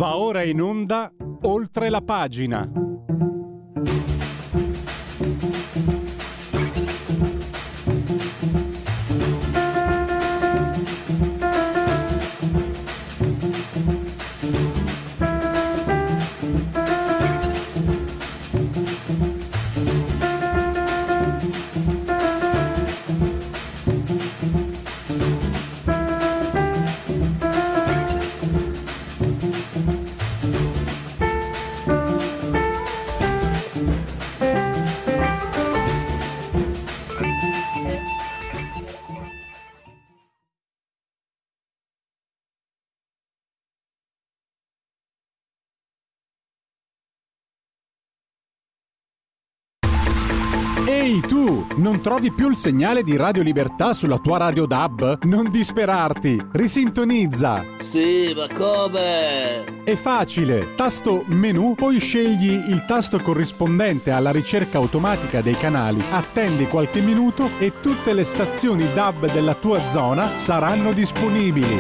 Va ora in onda Oltre la pagina. Ehi tu, non trovi più il segnale di Radio Libertà sulla tua radio DAB? Non disperarti, risintonizza! Sì, ma come? È facile, tasto menu, poi scegli il tasto corrispondente alla ricerca automatica dei canali, attendi qualche minuto e tutte le stazioni DAB della tua zona saranno disponibili.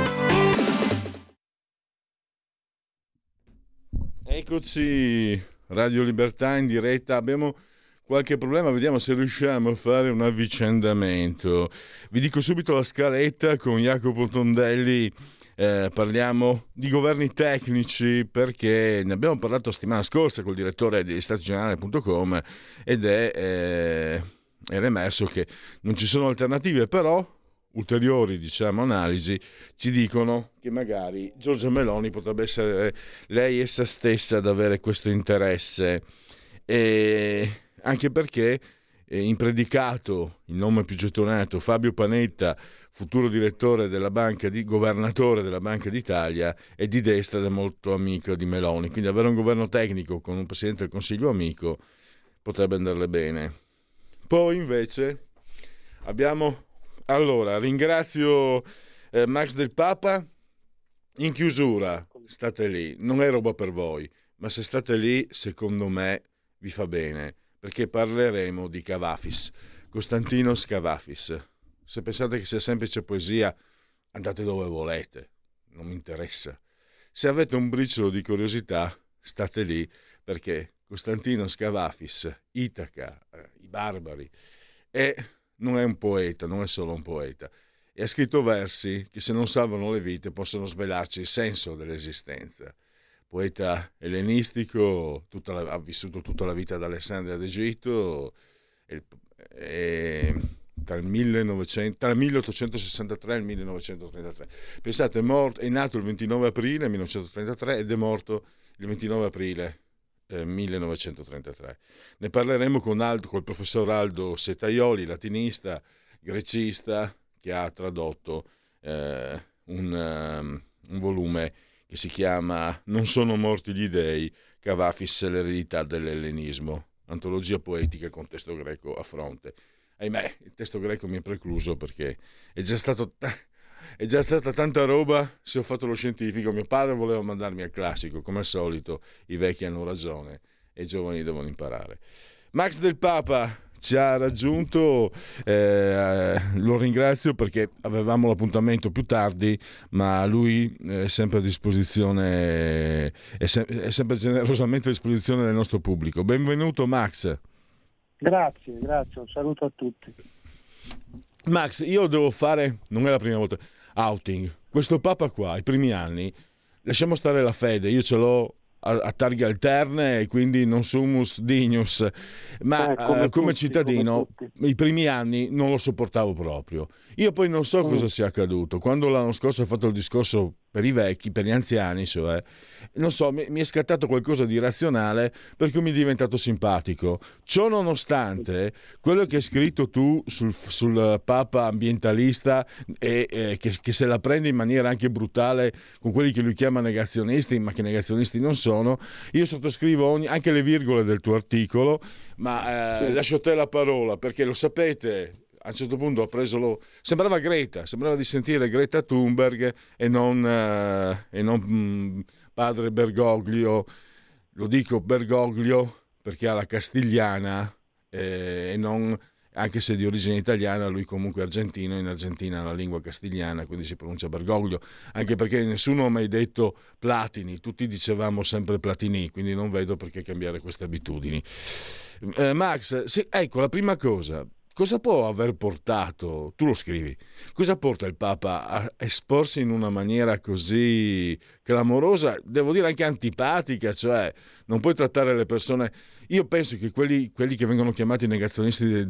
Eccoci, Radio Libertà in diretta. Abbiamo qualche problema, vediamo se riusciamo a fare un avvicendamento. Vi dico subito la scaletta. Con Jacopo Tondelli parliamo di governi tecnici, perché ne abbiamo parlato la settimana scorsa col direttore di statogenerale.com ed era emerso che non ci sono alternative, però ulteriori, analisi ci dicono che magari Giorgia Meloni potrebbe essere lei essa stessa ad avere questo interesse, e anche perché impredicato il nome più gettonato, Fabio Panetta, futuro direttore della banca governatore della Banca d'Italia, è di destra ed è molto amico di Meloni, quindi avere un governo tecnico con un presidente del Consiglio amico potrebbe andarle bene. Poi invece abbiamo, allora ringrazio Max del Papa. In chiusura, state lì, non è roba per voi, ma se state lì secondo me vi fa bene, perché parleremo di Kavafis, Konstantinos Kavafis. Se pensate che sia semplice poesia, andate dove volete, non mi interessa. Se avete un briciolo di curiosità, state lì, perché Konstantinos Kavafis, Itaca, i barbari, non è un poeta, non è solo un poeta, e ha scritto versi che, se non salvano le vite, possono svelarci il senso dell'esistenza. Poeta ellenistico, ha vissuto tutta la vita ad Alessandria d'Egitto, tra il 1863 e il 1933. Pensate, è nato il 29 aprile 1933 ed è morto il 29 aprile 1933. Ne parleremo col professor Aldo Setaioli, latinista, grecista, che ha tradotto un volume che si chiama Non sono morti gli dei, Kavafis e l'eredità dell'ellenismo, antologia poetica con testo greco a fronte. Ahimè, il testo greco mi è precluso perché è già stata tanta roba. Se ho fatto lo scientifico, mio padre voleva mandarmi al classico, come al solito i vecchi hanno ragione e i giovani devono imparare. Max del Papa ci ha raggiunto, lo ringrazio perché avevamo l'appuntamento più tardi, ma lui è sempre a disposizione, è sempre generosamente a disposizione del nostro pubblico. Benvenuto Max. Grazie, un saluto a tutti. Max, io devo fare, non è la prima volta, outing. Questo Papa qua, i primi anni, lasciamo stare la fede, io ce l'ho a targhe alterne e quindi non sumus dignus, ma come cittadino i primi anni non lo sopportavo proprio. Io poi non so cosa sia accaduto quando l'anno scorso ho fatto il discorso per i vecchi, per gli anziani, cioè non so, mi è scattato qualcosa di irrazionale perché mi è diventato simpatico. Ciò nonostante, quello che hai scritto tu sul Papa ambientalista e che se la prende in maniera anche brutale con quelli che lui chiama negazionisti, ma che negazionisti non sono, io sottoscrivo anche le virgole del tuo articolo, ma lascio a te la parola, perché lo sapete. A un certo punto sembrava di sentire Greta Thunberg e non padre Bergoglio. Lo dico Bergoglio perché ha la castigliana e non anche se di origine italiana, lui comunque è argentino, in Argentina la lingua castigliana, quindi si pronuncia Bergoglio, anche perché nessuno ha mai detto Platini, tutti dicevamo sempre Platini, quindi non vedo perché cambiare queste abitudini. Max, ecco la prima cosa. Cosa può aver portato, tu lo scrivi, cosa porta il Papa a esporsi in una maniera così clamorosa, devo dire anche antipatica, cioè non puoi trattare le persone, io penso che quelli che vengono chiamati negazionisti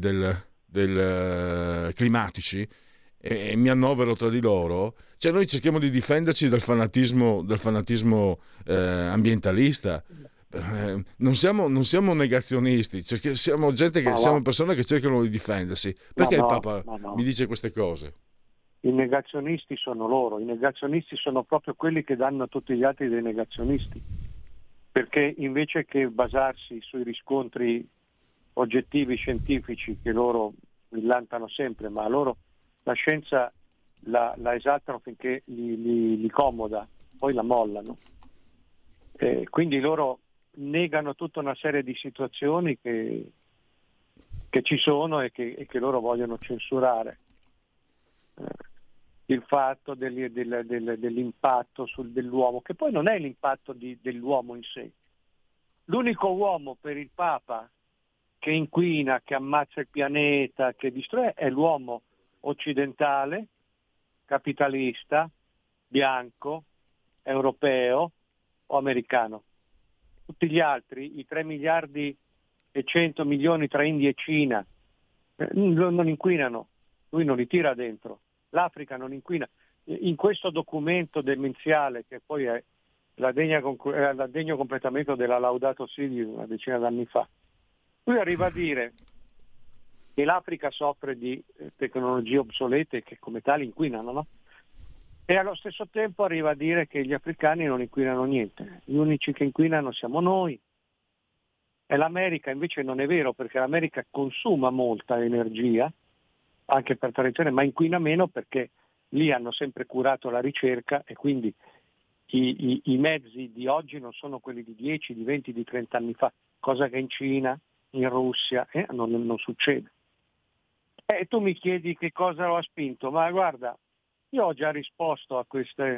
climatici, e mi annovero tra di loro, cioè noi cerchiamo di difenderci dal fanatismo ambientalista. Non siamo negazionisti, siamo gente siamo persone che cercano di difendersi. Perché il Papa mi dice queste cose? I negazionisti sono loro, i negazionisti sono proprio quelli che danno a tutti gli altri dei negazionisti, perché invece che basarsi sui riscontri oggettivi scientifici che loro millantano sempre, ma loro la scienza la esaltano finché li comoda, poi la mollano. Quindi loro negano tutta una serie di situazioni che ci sono e che loro vogliono censurare. Il fatto dell'impatto dell'uomo, che poi non è l'impatto dell'uomo in sé. L'unico uomo per il Papa che inquina, che ammazza il pianeta, che distrugge, è l'uomo occidentale, capitalista, bianco, europeo o americano. Tutti gli altri, i 3 miliardi e 100 milioni tra India e Cina, non inquinano, lui non li tira dentro. L'Africa non inquina. In questo documento demenziale, che poi è il degno completamento della Laudato Si di una decina d'anni fa, lui arriva a dire che l'Africa soffre di tecnologie obsolete che come tali inquinano, no? E allo stesso tempo arriva a dire che gli africani non inquinano niente, gli unici che inquinano siamo noi. E l'America invece non è vero, perché l'America consuma molta energia, anche per tradizione, ma inquina meno perché lì hanno sempre curato la ricerca e quindi i mezzi di oggi non sono quelli di 10, di 20, di 30 anni fa, cosa che in Cina, in Russia non succede. E tu mi chiedi che cosa lo ha spinto, ma guarda, io ho già risposto a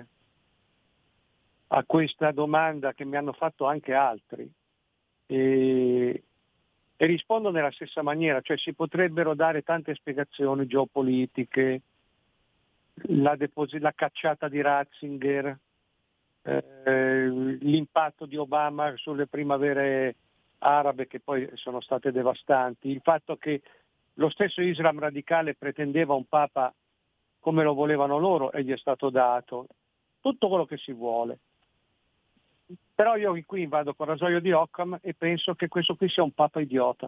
questa domanda che mi hanno fatto anche altri e rispondo nella stessa maniera, cioè si potrebbero dare tante spiegazioni geopolitiche, la cacciata di Ratzinger, l'impatto di Obama sulle primavere arabe che poi sono state devastanti, il fatto che lo stesso Islam radicale pretendeva un papa come lo volevano loro e gli è stato dato, tutto quello che si vuole. Però io qui vado con rasoio di Occam e penso che questo qui sia un papa idiota.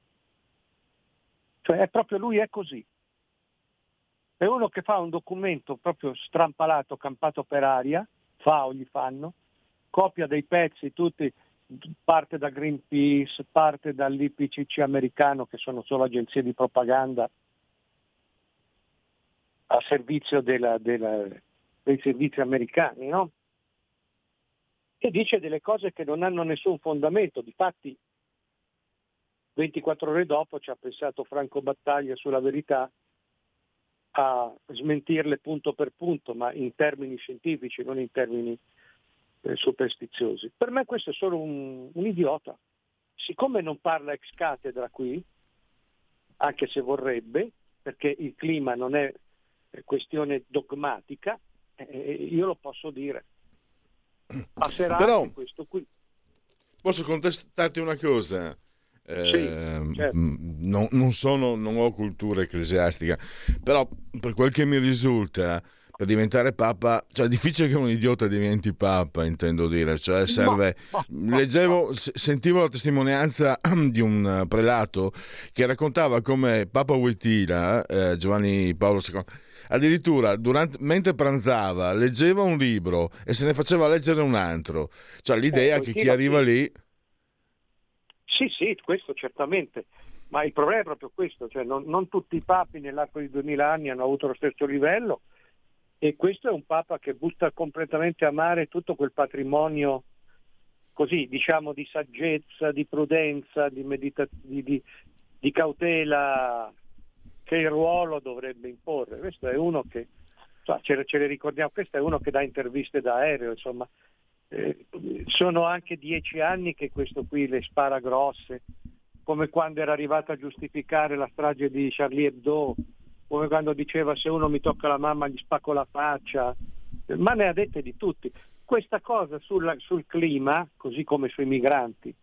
Cioè è proprio lui, è così. È uno che fa un documento proprio strampalato, campato per aria, fa o gli fanno, copia dei pezzi tutti, parte da Greenpeace, parte dall'IPCC americano, che sono solo agenzie di propaganda a servizio dei servizi americani, no? E dice delle cose che non hanno nessun fondamento. Difatti 24 ore dopo ci ha pensato Franco Battaglia sulla Verità a smentirle punto per punto, ma in termini scientifici, non in termini superstiziosi. Per me questo è solo un idiota. Siccome non parla ex cattedra qui, anche se vorrebbe, perché il clima non è questione dogmatica, io lo posso dire. Passerà Però anche questo qui. posso contestarti una cosa. Sì, certo. Non ho cultura ecclesiastica, però per quel che mi risulta, per diventare papa, cioè è difficile che un idiota diventi papa, intendo dire, cioè serve. Sentivo la testimonianza di un prelato che raccontava come Papa Wojtyla, Giovanni Paolo II, addirittura mentre pranzava leggeva un libro e se ne faceva leggere un altro, cioè l'idea che chi arriva lì. Sì, questo certamente, ma il problema è proprio questo, cioè non tutti i papi nell'arco di 2000 anni hanno avuto lo stesso livello e questo è un papa che butta completamente a mare tutto quel patrimonio così, diciamo, di saggezza, di prudenza, di cautela che il ruolo dovrebbe imporre. Questo è uno che, ce le ricordiamo, questo è uno che dà interviste da aereo, insomma. Sono anche 10 anni che questo qui le spara grosse, come quando era arrivato a giustificare la strage di Charlie Hebdo, come quando diceva se uno mi tocca la mamma gli spacco la faccia, ma ne ha dette di tutti. Questa cosa sul clima, così come sui migranti,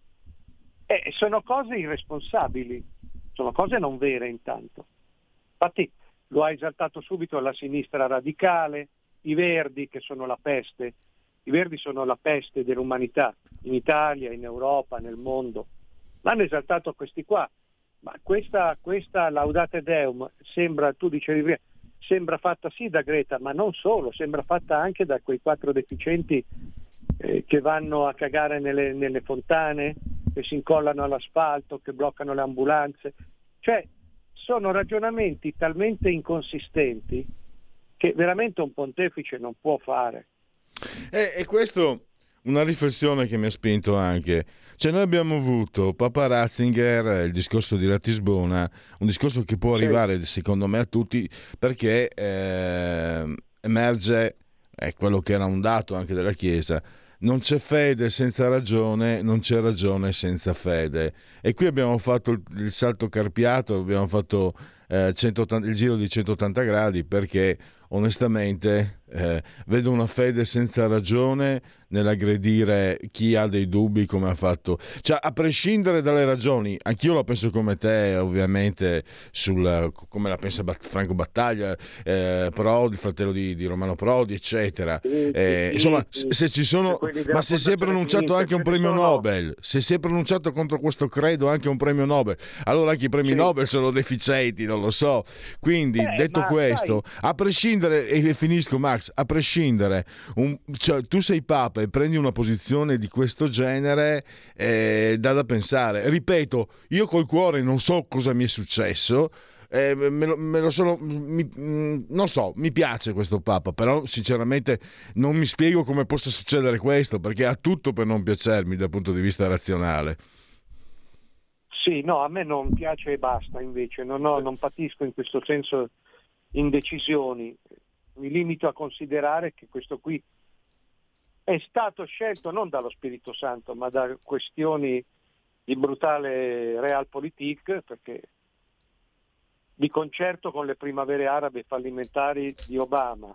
sono cose irresponsabili, sono cose non vere intanto. Infatti lo ha esaltato subito la sinistra radicale, i Verdi che sono la peste, i Verdi sono la peste dell'umanità, in Italia, in Europa, nel mondo. L'hanno esaltato questi qua, ma questa Laudate Deum sembra, tu dicevi prima, sembra fatta sì da Greta, ma non solo, sembra fatta anche da quei 4 deficienti che vanno a cagare nelle fontane, che si incollano all'asfalto, che bloccano le ambulanze. Cioè, sono ragionamenti talmente inconsistenti che veramente un pontefice non può fare. E questo una riflessione che mi ha spinto anche. Cioè, noi abbiamo avuto Papa Ratzinger, il discorso di Ratisbona, un discorso che può arrivare secondo me a tutti, perché emerge quello che era un dato anche della Chiesa: non c'è fede senza ragione, non c'è ragione senza fede. E qui abbiamo fatto il salto carpiato, abbiamo fatto il giro di 180 gradi, perché onestamente vedo una fede senza ragione nell'aggredire chi ha dei dubbi, come ha fatto. Cioè, a prescindere dalle ragioni, anch'io la penso come te, ovviamente, come la pensa Franco Battaglia, Prodi, il fratello di Romano Prodi, eccetera. Insomma, se ci sono, ma se si è pronunciato anche un premio Nobel, se si è pronunciato contro questo credo anche un premio Nobel, allora anche i premi Nobel sono deficienti, non lo so. Quindi, detto questo, a prescindere, e finisco Max, a prescindere, cioè, tu sei Papa e prendi una posizione di questo genere, da pensare. Ripeto, io col cuore non so cosa mi è successo, non so, mi piace questo Papa, però sinceramente non mi spiego come possa succedere questo, perché ha tutto per non piacermi dal punto di vista razionale. Sì, no, a me non piace e basta, invece non patisco in questo senso indecisioni. Mi limito a considerare che questo qui è stato scelto non dallo Spirito Santo, ma da questioni di brutale realpolitik, perché di concerto con le primavere arabe fallimentari di Obama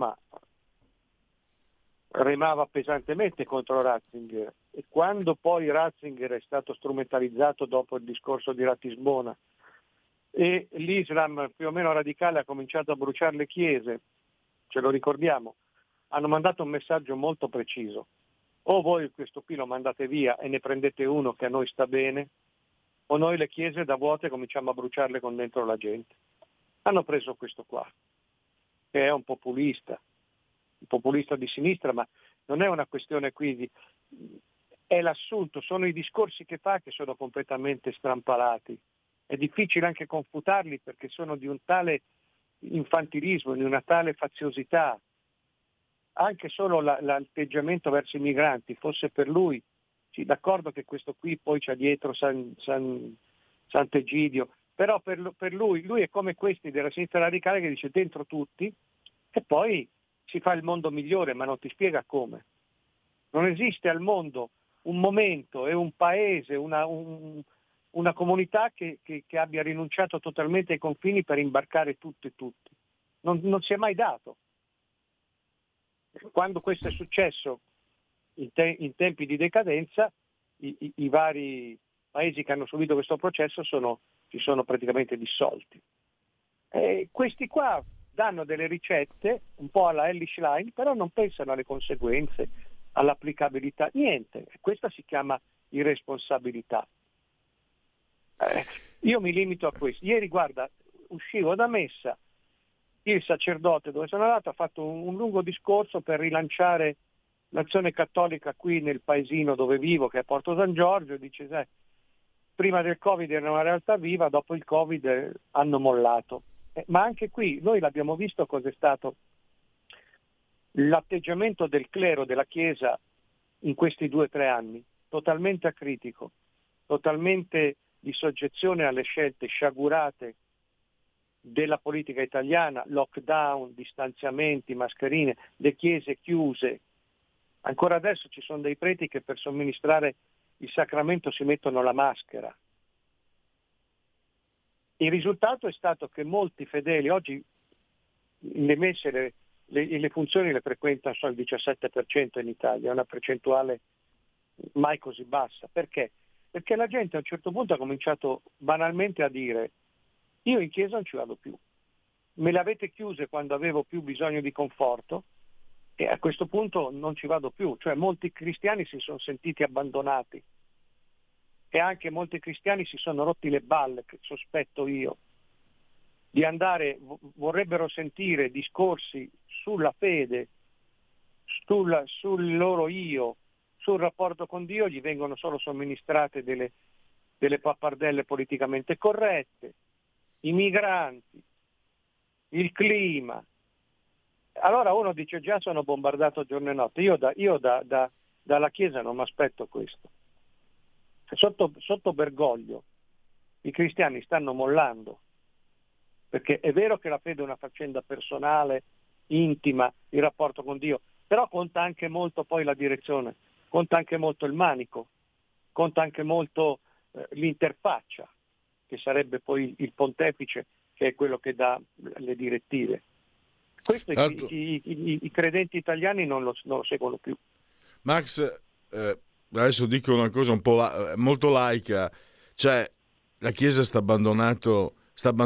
remava pesantemente contro Ratzinger, e quando poi Ratzinger è stato strumentalizzato dopo il discorso di Ratisbona e l'Islam più o meno radicale ha cominciato a bruciare le chiese, ce lo ricordiamo, hanno mandato un messaggio molto preciso: o voi questo qui lo mandate via e ne prendete uno che a noi sta bene, o noi le chiese da vuote cominciamo a bruciarle con dentro la gente. Hanno preso questo qua, che è un populista di sinistra, ma non è una questione qui è l'assunto, sono i discorsi che fa che sono completamente strampalati. È difficile anche confutarli, perché sono di un tale infantilismo, di una tale faziosità. Anche solo l'atteggiamento verso i migranti fosse per lui, sì, d'accordo che questo qui poi c'ha dietro Sant'Egidio, però per lui è come questi della sinistra radicale che dice dentro tutti, e poi si fa il mondo migliore, ma non ti spiega come. Non esiste al mondo un momento e un paese, una comunità che abbia rinunciato totalmente ai confini per imbarcare tutto e tutti. Non si è mai dato. Quando questo è successo in tempi di decadenza, i vari paesi che hanno subito questo processo si sono praticamente dissolti. Questi qua danno delle ricette un po' alla Hellish Line, però non pensano alle conseguenze, all'applicabilità, niente. Questa si chiama irresponsabilità. Io mi limito a questo. Ieri, guarda, uscivo da messa, il sacerdote dove sono andato ha fatto un lungo discorso per rilanciare l'azione cattolica qui nel paesino dove vivo, che è Porto San Giorgio. Dice, prima del Covid era una realtà viva, dopo il Covid hanno mollato. Ma anche qui noi l'abbiamo visto cos'è stato l'atteggiamento del clero, della Chiesa in questi 2 o 3 anni, totalmente acritico, totalmente di soggezione alle scelte sciagurate della politica italiana, lockdown, distanziamenti, mascherine, le chiese chiuse. Ancora adesso ci sono dei preti che per somministrare il sacramento si mettono la maschera. Il risultato è stato che molti fedeli oggi le messe, le funzioni le frequentano solo il 17% in Italia, è una percentuale mai così bassa. Perché? Perché la gente a un certo punto ha cominciato banalmente a dire: io in chiesa non ci vado più, me le avete chiuse quando avevo più bisogno di conforto e a questo punto non ci vado più. Cioè molti cristiani si sono sentiti abbandonati e anche molti cristiani si sono rotti le balle, sospetto io, di andare, vorrebbero sentire discorsi sulla fede, sul loro io, sul rapporto con Dio, gli vengono solo somministrate delle pappardelle politicamente corrette, i migranti, il clima. Allora uno dice: già sono bombardato giorno e notte. Io dalla Chiesa non mi aspetto questo. Sotto Bergoglio i cristiani stanno mollando, perché è vero che la fede è una faccenda personale, intima, il rapporto con Dio, però conta anche molto poi la direzione, conta anche molto il manico, conta anche molto l'interfaccia, che sarebbe poi il pontefice, che è quello che dà le direttive. Questo i credenti italiani non lo seguono più. Max, adesso dico una cosa un po' molto laica, cioè la Chiesa sta abbandonando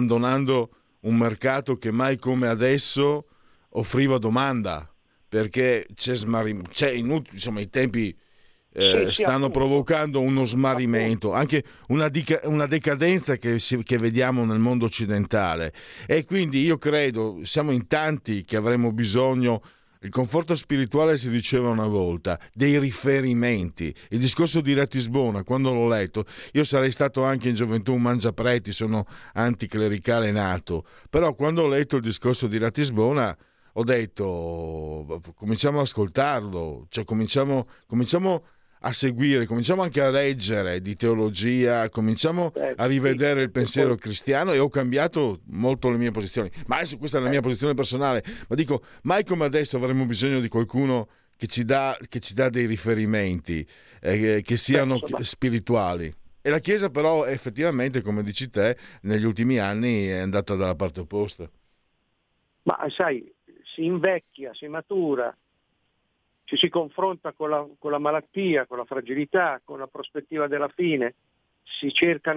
un mercato che mai come adesso offriva domanda, perché insomma i tempi stanno provocando uno smarrimento, anche una decadenza che vediamo nel mondo occidentale, e quindi io credo siamo in tanti che avremo bisogno. Il conforto spirituale, si diceva una volta, dei riferimenti. Il discorso di Ratisbona, quando l'ho letto, io sarei stato anche in gioventù un mangiapreti, sono anticlericale nato, però quando ho letto il discorso di Ratisbona ho detto: cominciamo ad ascoltarlo, cioè cominciamo a seguire, cominciamo anche a leggere di teologia, cominciamo a rivedere il pensiero cristiano, e ho cambiato molto le mie posizioni. Ma adesso questa è la mia posizione personale, ma dico, mai come adesso avremo bisogno di qualcuno che ci dà dei riferimenti che siano spirituali. E la Chiesa però effettivamente, come dici te, negli ultimi anni è andata dalla parte opposta. Ma sai, si invecchia, si matura, ci si confronta con la malattia, con la fragilità, con la prospettiva della fine, ci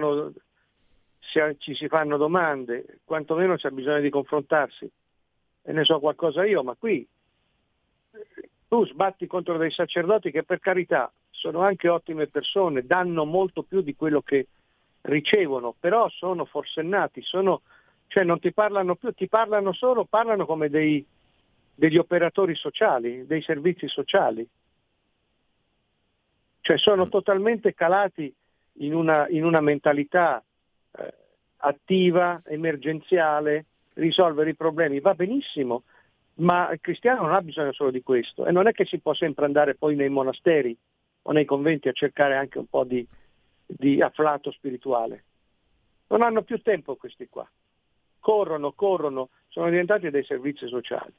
si fanno domande, quantomeno c'è bisogno di confrontarsi. E ne so qualcosa io, ma qui tu sbatti contro dei sacerdoti che, per carità, sono anche ottime persone, danno molto più di quello che ricevono, però sono forsennati, cioè non ti parlano più, parlano come degli operatori sociali, dei servizi sociali. Cioè sono totalmente calati in una mentalità attiva, emergenziale, risolvere i problemi. Va benissimo, ma il cristiano non ha bisogno solo di questo, e non è che si può sempre andare poi nei monasteri o nei conventi a cercare anche un po' di afflato spirituale. Non hanno più tempo questi qua. Corrono, sono diventati dei servizi sociali.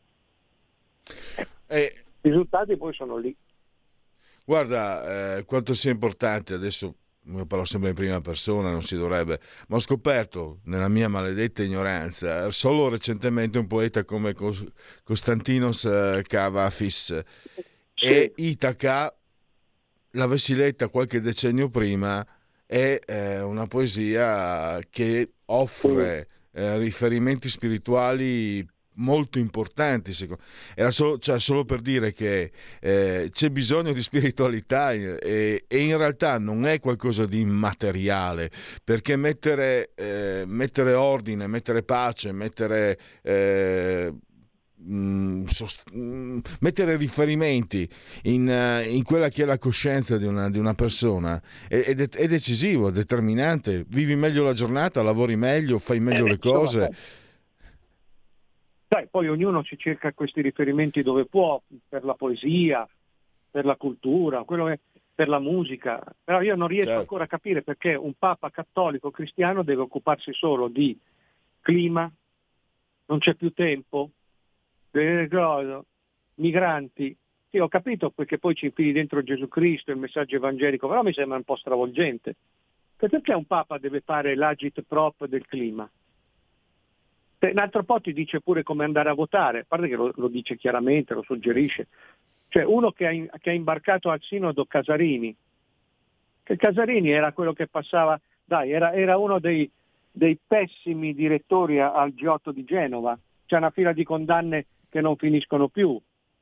I risultati poi sono lì. Guarda, quanto sia importante, adesso io parlo sempre in prima persona, non si dovrebbe, ma ho scoperto nella mia maledetta ignoranza solo recentemente un poeta come Konstantinos Kavafis e Itaca, l'avessi letta qualche decennio prima, è una poesia che offre riferimenti spirituali molto importanti. Era solo per dire che c'è bisogno di spiritualità, e in realtà non è qualcosa di immateriale, perché mettere ordine, mettere pace, mettere riferimenti in quella che è la coscienza di una persona è decisivo, è determinante. Vivi meglio la giornata, lavori meglio, fai meglio le cose. Sai, poi ognuno si cerca questi riferimenti dove può, per la poesia, per la cultura, per la musica, però io non riesco ancora a capire perché un papa cattolico cristiano deve occuparsi solo di clima, non c'è più tempo, migranti. Sì, ho capito perché poi ci infili dentro Gesù Cristo, il messaggio evangelico, però mi sembra un po' stravolgente. Perché un Papa deve fare l'agit prop del clima? Un altro po' ti dice pure come andare a votare, a parte che lo dice chiaramente, lo suggerisce. Cioè uno che ha imbarcato al sinodo Casarini, che Casarini era quello che passava, era uno dei pessimi direttori al G8 di Genova, c'è una fila di condanne che non finiscono più.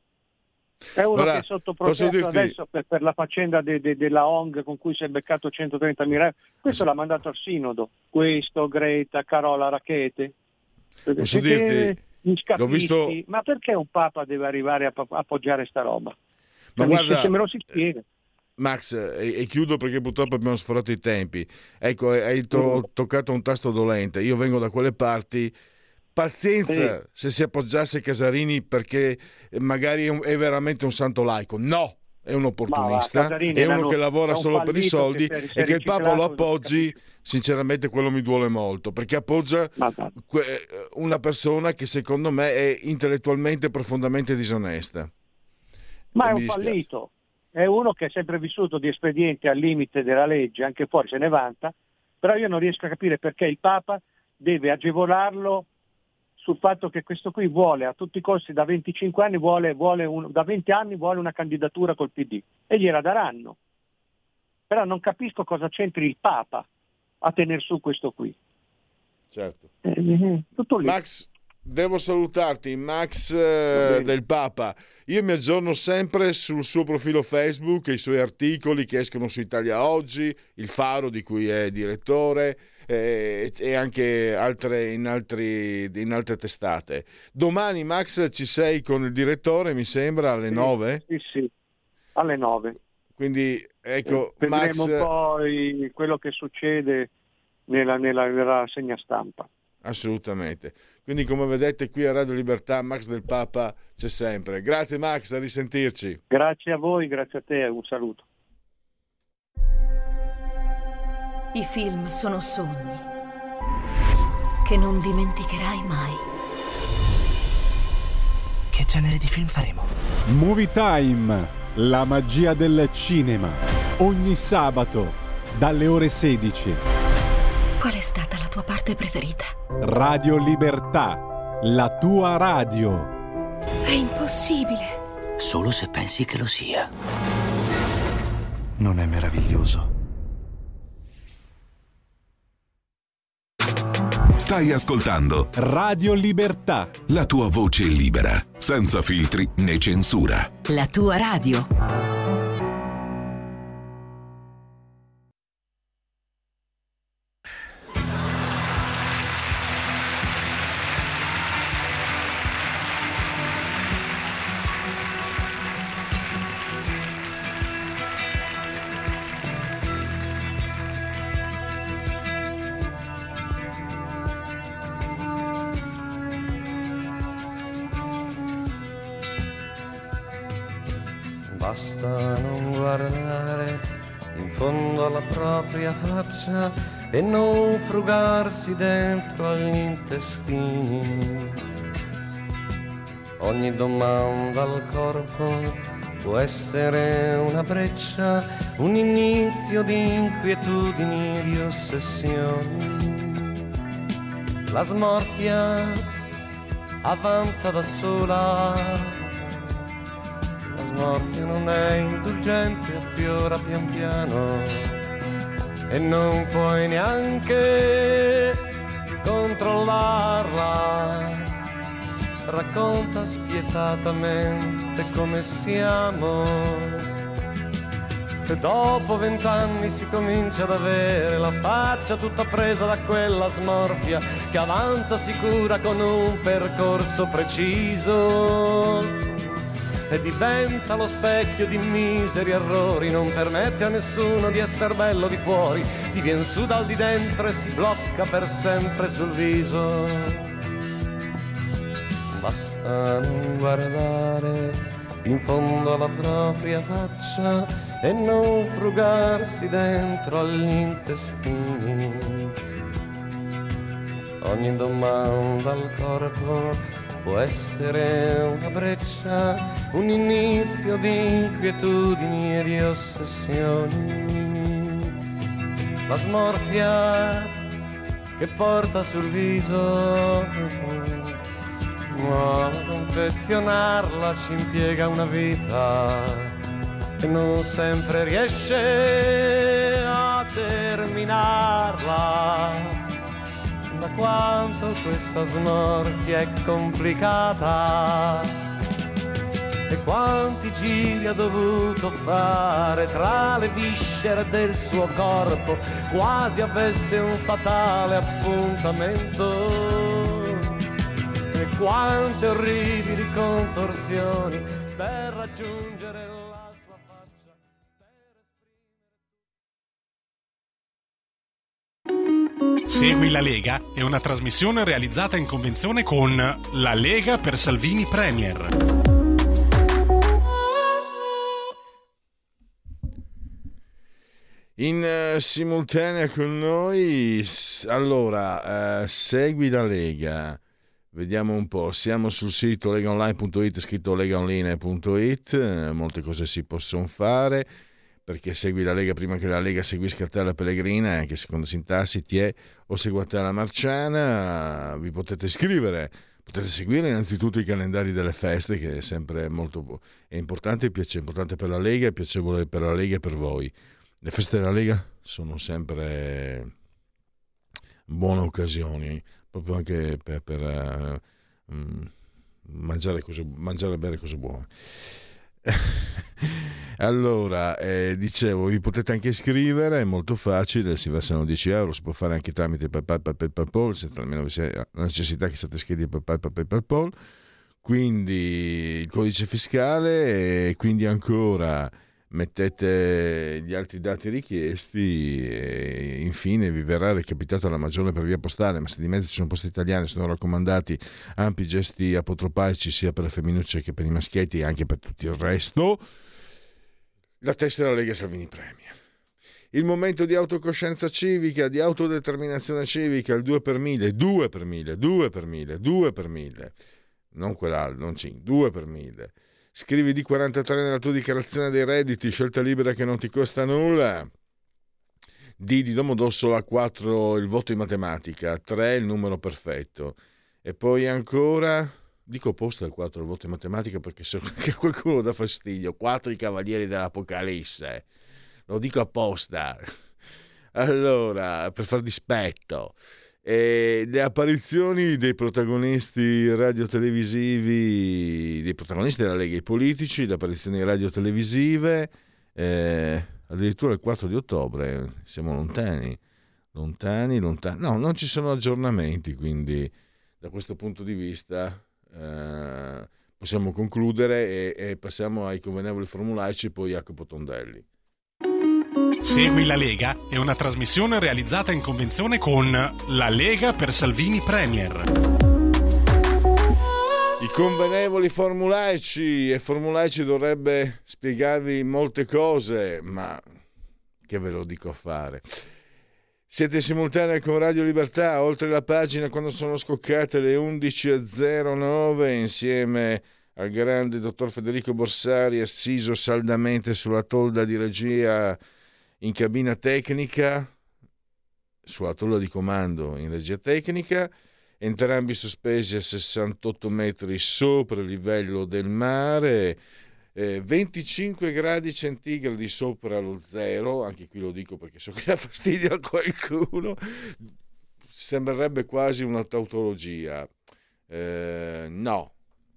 È uno che è sotto processo adesso per la faccenda della ONG con cui si è beccato 130.000 euro. Questo l'ha mandato al sinodo, questo, Greta, Carola Rackete. Posso dirti, l'ho visto... Ma perché un Papa deve arrivare a appoggiare sta roba? Ma guarda, se me lo si spiega. Max, e chiudo perché purtroppo abbiamo sforato i tempi. Ecco, hai toccato un tasto dolente. Io vengo da quelle parti. Pazienza se si appoggiasse Casarini perché magari è veramente un santo laico. No, è un opportunista, è uno che lavora solo per i soldi, e che il Papa lo appoggi, sinceramente quello mi duole molto, perché appoggia una persona che secondo me è intellettualmente profondamente disonesta. Ma è un fallito, è uno che è sempre vissuto di espedienti al limite della legge, anche fuori se ne vanta, però io non riesco a capire perché il Papa deve agevolarlo sul fatto che questo qui vuole a tutti i costi da 25 anni, da 20 anni vuole una candidatura col PD e gliela daranno. Però non capisco cosa c'entri il Papa a tener su questo qui. Certo. Tutto lì. Max, devo salutarti, Max del Papa. Io mi aggiorno sempre sul suo profilo Facebook e i suoi articoli che escono su Italia Oggi, Il Faro di cui è direttore, e anche in altre testate. Domani, Max, ci sei con il direttore, mi sembra, alle 9? Sì, alle 9. Quindi, ecco, vedremo Max... un po' quello che succede nella rassegna stampa. Assolutamente. Quindi, come vedete, qui a Radio Libertà, Max del Papa c'è sempre. Grazie, Max, a risentirci. Grazie a voi, grazie a te, un saluto. I film sono sogni che non dimenticherai mai. Che genere di film faremo? Movie Time, la magia del cinema. Ogni sabato, dalle ore 16. Qual è stata la tua parte preferita? Radio Libertà, la tua radio. È impossibile. Solo se pensi che lo sia. Non è meraviglioso? Stai ascoltando Radio Libertà, la tua voce libera, senza filtri né censura. La tua radio. Basta non guardare in fondo alla propria faccia e non frugarsi dentro agli intestini. Ogni domanda al corpo può essere una breccia, un inizio di inquietudini, di ossessioni. La smorfia avanza da sola. La smorfia non è indulgente, affiora pian piano e non puoi neanche controllarla. Racconta spietatamente come siamo e dopo 20 anni si comincia ad avere la faccia tutta presa da quella smorfia che avanza sicura con un percorso preciso e diventa lo specchio di miseri errori, non permette a nessuno di essere bello di fuori, ti vien su dal di dentro e si blocca per sempre sul viso. Basta non guardare in fondo alla propria faccia e non frugarsi dentro agli intestini. ogni domanda al corpo può essere una breccia, un inizio di inquietudini e di ossessioni. La smorfia che porta sul viso, ma confezionarla ci impiega una vita e non sempre riesce a terminarla. Da quanto questa smorfia è complicata e quanti giri ha dovuto fare tra le viscere del suo corpo, quasi avesse un fatale appuntamento, e quante orribili contorsioni per raggiungere la sua faccia. Segui la Lega è una trasmissione realizzata in convenzione con La Lega per Salvini Premier. In simultanea con noi, allora, segui la Lega, vediamo un po', siamo sul sito legaonline.it, scritto legaonline.it, molte cose si possono fare, perché segui la Lega prima che la Lega seguisca te la Pellegrina, anche secondo sintassi, o seguate la Marciana. Vi potete iscrivere, potete seguire innanzitutto i calendari delle feste, che è sempre molto è importante per la Lega, è piacevole per la Lega e per voi. Le feste della Lega sono sempre buone occasioni, proprio anche per mangiare e bere cose buone. Allora, dicevo, vi potete anche iscrivere, è molto facile, si versano 10 euro, si può fare anche tramite PayPal, senza almeno vi sia la necessità che siate iscritti a PayPal, quindi il codice fiscale, e quindi ancora mettete gli altri dati richiesti e infine vi verrà recapitata la maggiore per via postale, ma se di mezzo ci sono posti italiani sono raccomandati ampi gesti apotropaici sia per le femminucce che per i maschietti e anche per tutto il resto. La tessera Lega Salvini Premier. Il momento di autocoscienza civica, di autodeterminazione civica, il 2 per 1000, 2 per 1000, 2 per 1000, 2 per 1000, non quell'altro, non 5, 2 per 1000. Scrivi D43 nella tua dichiarazione dei redditi, scelta libera che non ti costa nulla. D di Domodossola, 4 il voto in matematica, 3 il numero perfetto. E poi ancora, dico opposto al 4 il voto in matematica perché se qualcuno dà fastidio, 4 i cavalieri dell'Apocalisse. Lo dico apposta. Allora, per far dispetto. Le apparizioni dei protagonisti radiotelevisivi, dei protagonisti della Lega, i politici, le apparizioni radiotelevisive, addirittura il 4 di ottobre, siamo lontani, no, non ci sono aggiornamenti, quindi da questo punto di vista possiamo concludere e passiamo ai convenevoli formulaici, poi Jacopo Tondelli. Segui la Lega è una trasmissione realizzata in convenzione con La Lega per Salvini Premier. I convenevoli formulaici, e formulaici dovrebbe spiegarvi molte cose, ma che ve lo dico a fare. Siete in simultanea con Radio Libertà, oltre la pagina quando sono scoccate le 11.09, insieme al grande dottor Federico Borsari, assiso saldamente sulla tolda di regia in cabina tecnica, sulla tolla di comando in regia tecnica, entrambi sospesi a 68 metri sopra il livello del mare, 25 gradi centigradi sopra lo zero, anche qui lo dico perché so che dà fastidio a qualcuno, sembrerebbe quasi una tautologia. No,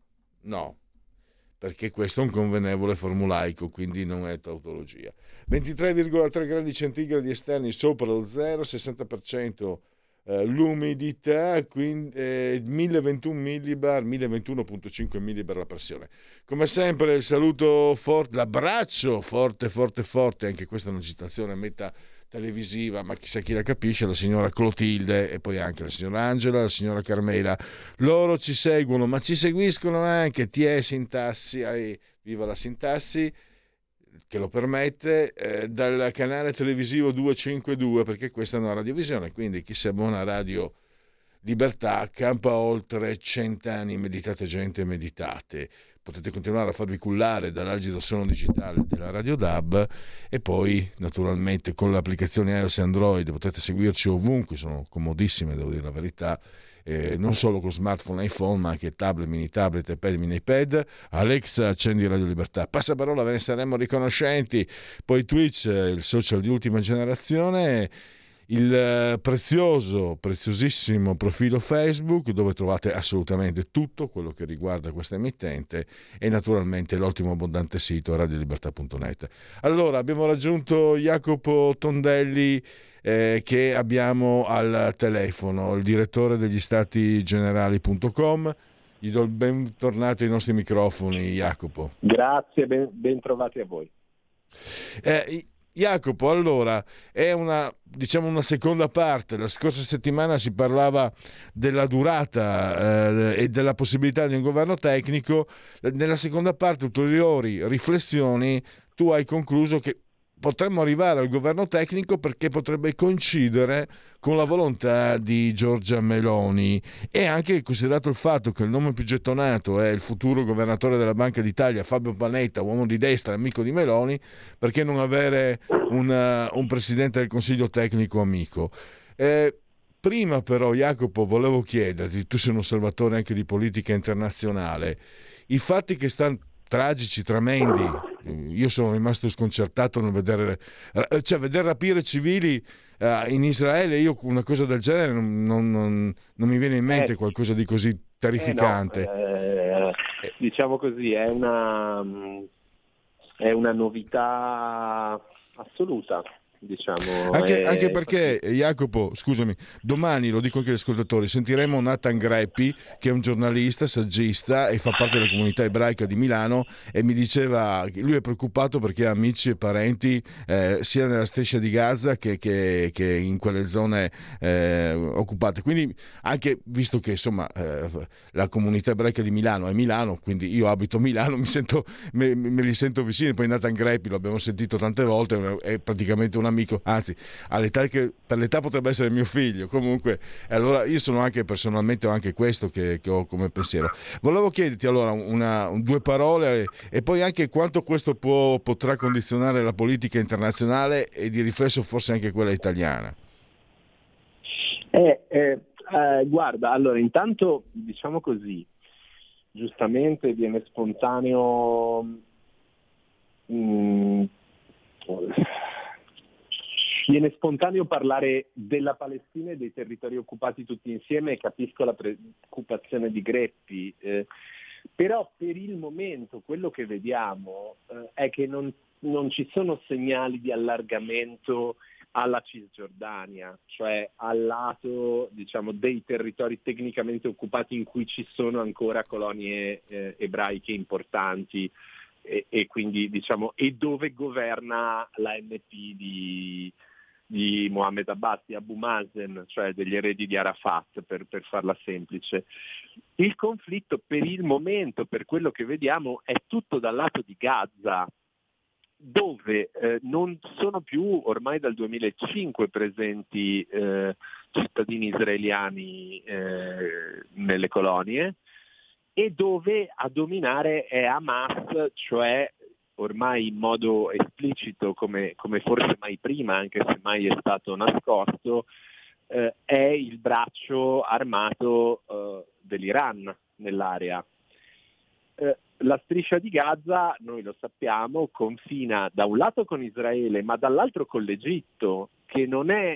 perché questo è un convenevole formulaico, quindi non è tautologia. 23,3 gradi centigradi esterni sopra lo zero, 60% l'umidità, 1021 millibar, 1021,5 millibar la pressione. Come sempre il saluto forte, l'abbraccio forte, anche questa è una citazione meta televisiva, ma chissà chi la capisce, la signora Clotilde e poi anche la signora Angela, la signora Carmela. Loro ci seguono, ma ci seguiscono anche Sintassi, viva la Sintassi, che lo permette, dal canale televisivo 252, perché questa è una radiovisione, quindi chi si abbona a Radio Libertà campa oltre 100 anni. Meditate gente, meditate. Potete continuare a farvi cullare dall'algido suono digitale della Radio DAB, e poi naturalmente con l'applicazione iOS e Android potete seguirci ovunque, sono comodissime, devo dire la verità, non solo con smartphone, iPhone, ma anche tablet, mini tablet, iPad, mini iPad. Alexa, accendi Radio Libertà. Passaparola, ve ne saremo riconoscenti. Poi Twitch, il social di ultima generazione, il preziosissimo profilo Facebook, dove trovate assolutamente tutto quello che riguarda questa emittente, e naturalmente l'ottimo abbondante sito radiolibertà.net. Allora, abbiamo raggiunto Jacopo Tondelli, che abbiamo al telefono, il direttore degli statigenerali.com. Gli do il bentornato ai nostri microfoni, Jacopo. Grazie, ben trovati a voi. Jacopo, allora, è una seconda parte. La scorsa settimana si parlava della durata e della possibilità di un governo tecnico. Nella seconda parte, ulteriori riflessioni, tu hai concluso che potremmo arrivare al governo tecnico perché potrebbe coincidere con la volontà di Giorgia Meloni, e anche considerato il fatto che il nome più gettonato è il futuro governatore della Banca d'Italia, Fabio Panetta, uomo di destra, amico di Meloni, perché non avere un presidente del Consiglio tecnico amico? Prima però, Jacopo, volevo chiederti, tu sei un osservatore anche di politica internazionale, i fatti che stanno tragici, tremendi. Io sono rimasto sconcertato nel vedere rapire civili in Israele. Io una cosa del genere non mi viene in mente qualcosa di così terrificante. Diciamo così, è una novità assoluta. Diciamo, anche perché, Jacopo, scusami, domani, lo dico anche agli ascoltatori, sentiremo Nathan Greppi, che è un giornalista, saggista e fa parte della comunità ebraica di Milano, e mi diceva che lui è preoccupato perché ha amici e parenti sia nella striscia di Gaza che in quelle zone occupate. Quindi, anche visto che insomma la comunità ebraica di Milano è Milano, quindi io abito a Milano, me li sento vicini. Poi Nathan Greppi lo abbiamo sentito tante volte, è praticamente un amico, anzi all'età per l'età potrebbe essere mio figlio. Comunque, allora io sono anche personalmente, ho anche questo che ho come pensiero. Volevo chiederti allora due parole, e poi anche quanto questo potrà condizionare la politica internazionale e di riflesso forse anche quella italiana. Guarda, allora intanto diciamo così, giustamente viene spontaneo parlare della Palestina e dei territori occupati tutti insieme, e capisco la preoccupazione di Greppi, però per il momento quello che vediamo è che non ci sono segnali di allargamento alla Cisgiordania, cioè al lato, diciamo, dei territori tecnicamente occupati in cui ci sono ancora colonie ebraiche importanti, e quindi, diciamo, e dove governa l'ANP di Mohammed Abbas, di Abu Mazen, cioè degli eredi di Arafat, per farla semplice. Il conflitto per il momento, per quello che vediamo, è tutto dal lato di Gaza, dove non sono più, ormai dal 2005, presenti cittadini israeliani nelle colonie, e dove a dominare è Hamas, cioè ormai in modo esplicito, come forse mai prima, anche se mai è stato nascosto, è il braccio armato dell'Iran nell'area. La striscia di Gaza, noi lo sappiamo, confina da un lato con Israele, ma dall'altro con l'Egitto, che non è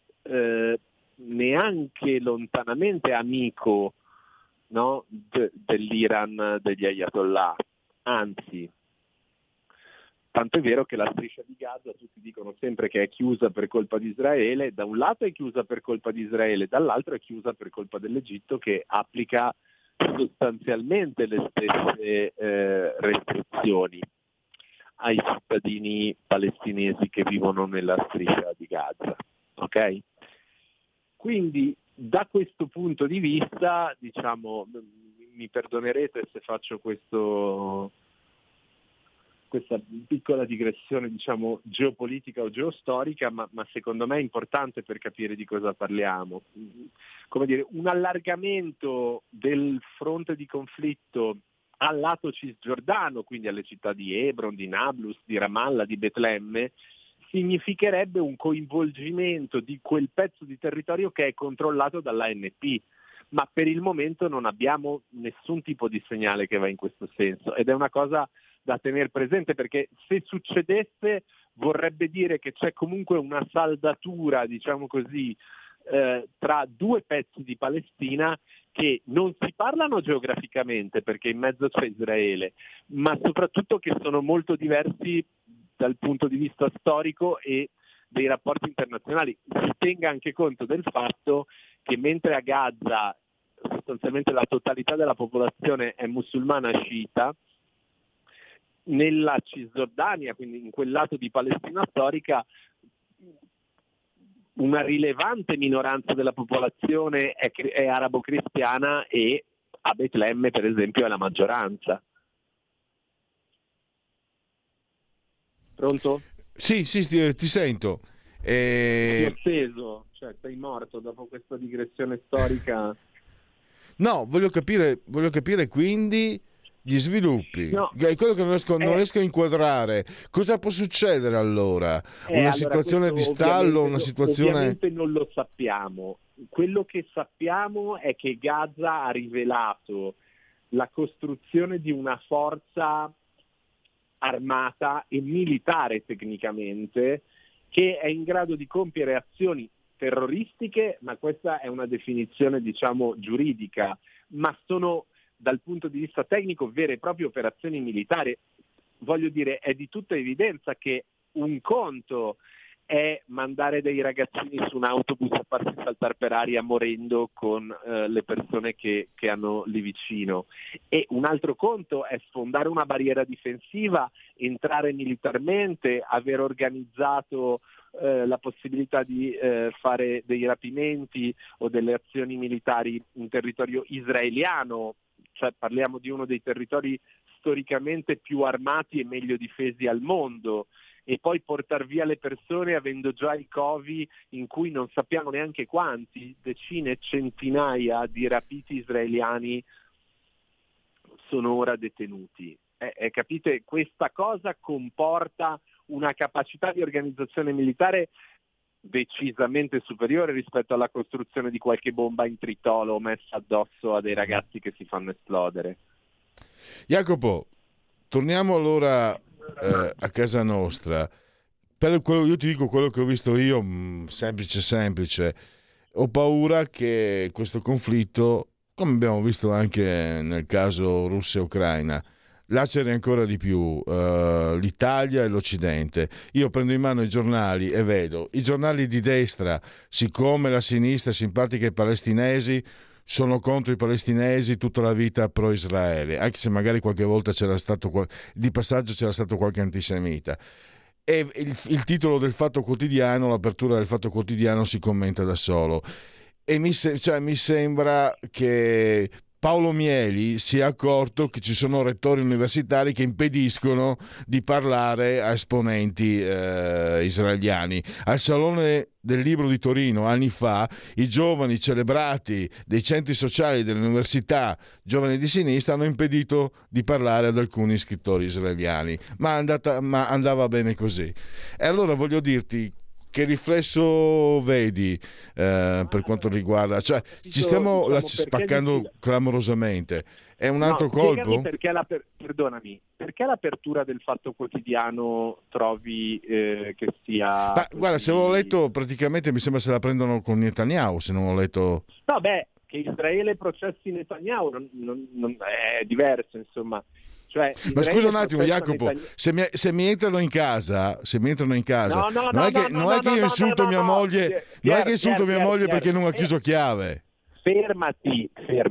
neanche lontanamente amico, no, dell'Iran degli Ayatollah, anzi. Tanto è vero che la striscia di Gaza, tutti dicono sempre che è chiusa per colpa di Israele, da un lato è chiusa per colpa di Israele, dall'altro è chiusa per colpa dell'Egitto, che applica sostanzialmente le stesse restrizioni ai cittadini palestinesi che vivono nella striscia di Gaza. Ok? Quindi da questo punto di vista, diciamo, mi perdonerete se faccio questo questa piccola digressione, diciamo, geopolitica o geostorica, ma secondo me è importante per capire di cosa parliamo. Come dire, un allargamento del fronte di conflitto al lato cisgiordano, quindi alle città di Hebron, di Nablus, di Ramallah, di Betlemme, significherebbe un coinvolgimento di quel pezzo di territorio che è controllato dall'ANP, ma per il momento non abbiamo nessun tipo di segnale che va in questo senso, ed è una cosa da tenere presente, perché se succedesse vorrebbe dire che c'è comunque una saldatura, diciamo così, tra due pezzi di Palestina che non si parlano geograficamente perché in mezzo c'è Israele, ma soprattutto che sono molto diversi dal punto di vista storico e dei rapporti internazionali. Si tenga anche conto del fatto che mentre a Gaza sostanzialmente la totalità della popolazione è musulmana sciita, nella Cisgiordania, quindi in quel lato di Palestina storica, una rilevante minoranza della popolazione è arabo-cristiana, e a Betlemme per esempio è la maggioranza. Pronto? Sì, ti sento. Sei acceso, cioè sei morto dopo questa digressione storica. No, voglio capire quindi gli sviluppi. No. È quello che non riesco a inquadrare. Cosa può succedere allora? Una situazione di stallo, una situazione... Ovviamente non lo sappiamo. Quello che sappiamo è che Gaza ha rivelato la costruzione di una forza armata e militare tecnicamente che è in grado di compiere azioni terroristiche, ma questa è una definizione, diciamo, giuridica, ma sono dal punto di vista tecnico vere e proprie operazioni militari. Voglio dire, è di tutta evidenza che un conto è mandare dei ragazzini su un autobus a farsi saltare per aria morendo con le persone che hanno lì vicino, e un altro conto è sfondare una barriera difensiva, entrare militarmente, aver organizzato la possibilità di fare dei rapimenti o delle azioni militari in territorio israeliano, cioè parliamo di uno dei territori storicamente più armati e meglio difesi al mondo, e poi portar via le persone avendo già i covi in cui non sappiamo neanche quanti, decine, centinaia di rapiti israeliani sono ora detenuti. Capite? Questa cosa comporta una capacità di organizzazione militare decisamente superiore rispetto alla costruzione di qualche bomba in tritolo messa addosso a dei ragazzi che si fanno esplodere. Jacopo, torniamo allora a casa nostra. Io ti dico quello che ho visto io, semplice. Ho paura che questo conflitto, come abbiamo visto anche nel caso Russia-Ucraina, laceri ancora di più l'Italia e l'Occidente. Io prendo in mano i giornali e vedo i giornali di destra, siccome la sinistra è simpatica ai palestinesi, sono contro i palestinesi tutta la vita pro Israele, anche se magari qualche volta c'era stato di passaggio c'era stato qualche antisemita. E il titolo del Fatto Quotidiano, l'apertura del Fatto Quotidiano si commenta da solo, e mi sembra che Paolo Mieli si è accorto che ci sono rettori universitari che impediscono di parlare a esponenti israeliani. Al Salone del Libro di Torino anni fa i giovani celebrati dei centri sociali delle università, giovani di sinistra, hanno impedito di parlare ad alcuni scrittori israeliani, ma andava bene così. E allora voglio dirti, che riflesso vedi per quanto riguarda, cioè ci stiamo spaccando clamorosamente, è un altro colpo? Perdonami, perché l'apertura del Fatto Quotidiano trovi che sia... Ma guarda, se avevo letto, praticamente mi sembra se la prendono con Netanyahu, se non ho letto... No, che Israele processi Netanyahu non è diverso, insomma. Cioè, ma scusa un attimo, Jacopo, se mi entrano in casa, non è che io insulto mia moglie, non è che insulto mia moglie perché non ha chiuso chiave. Fermati,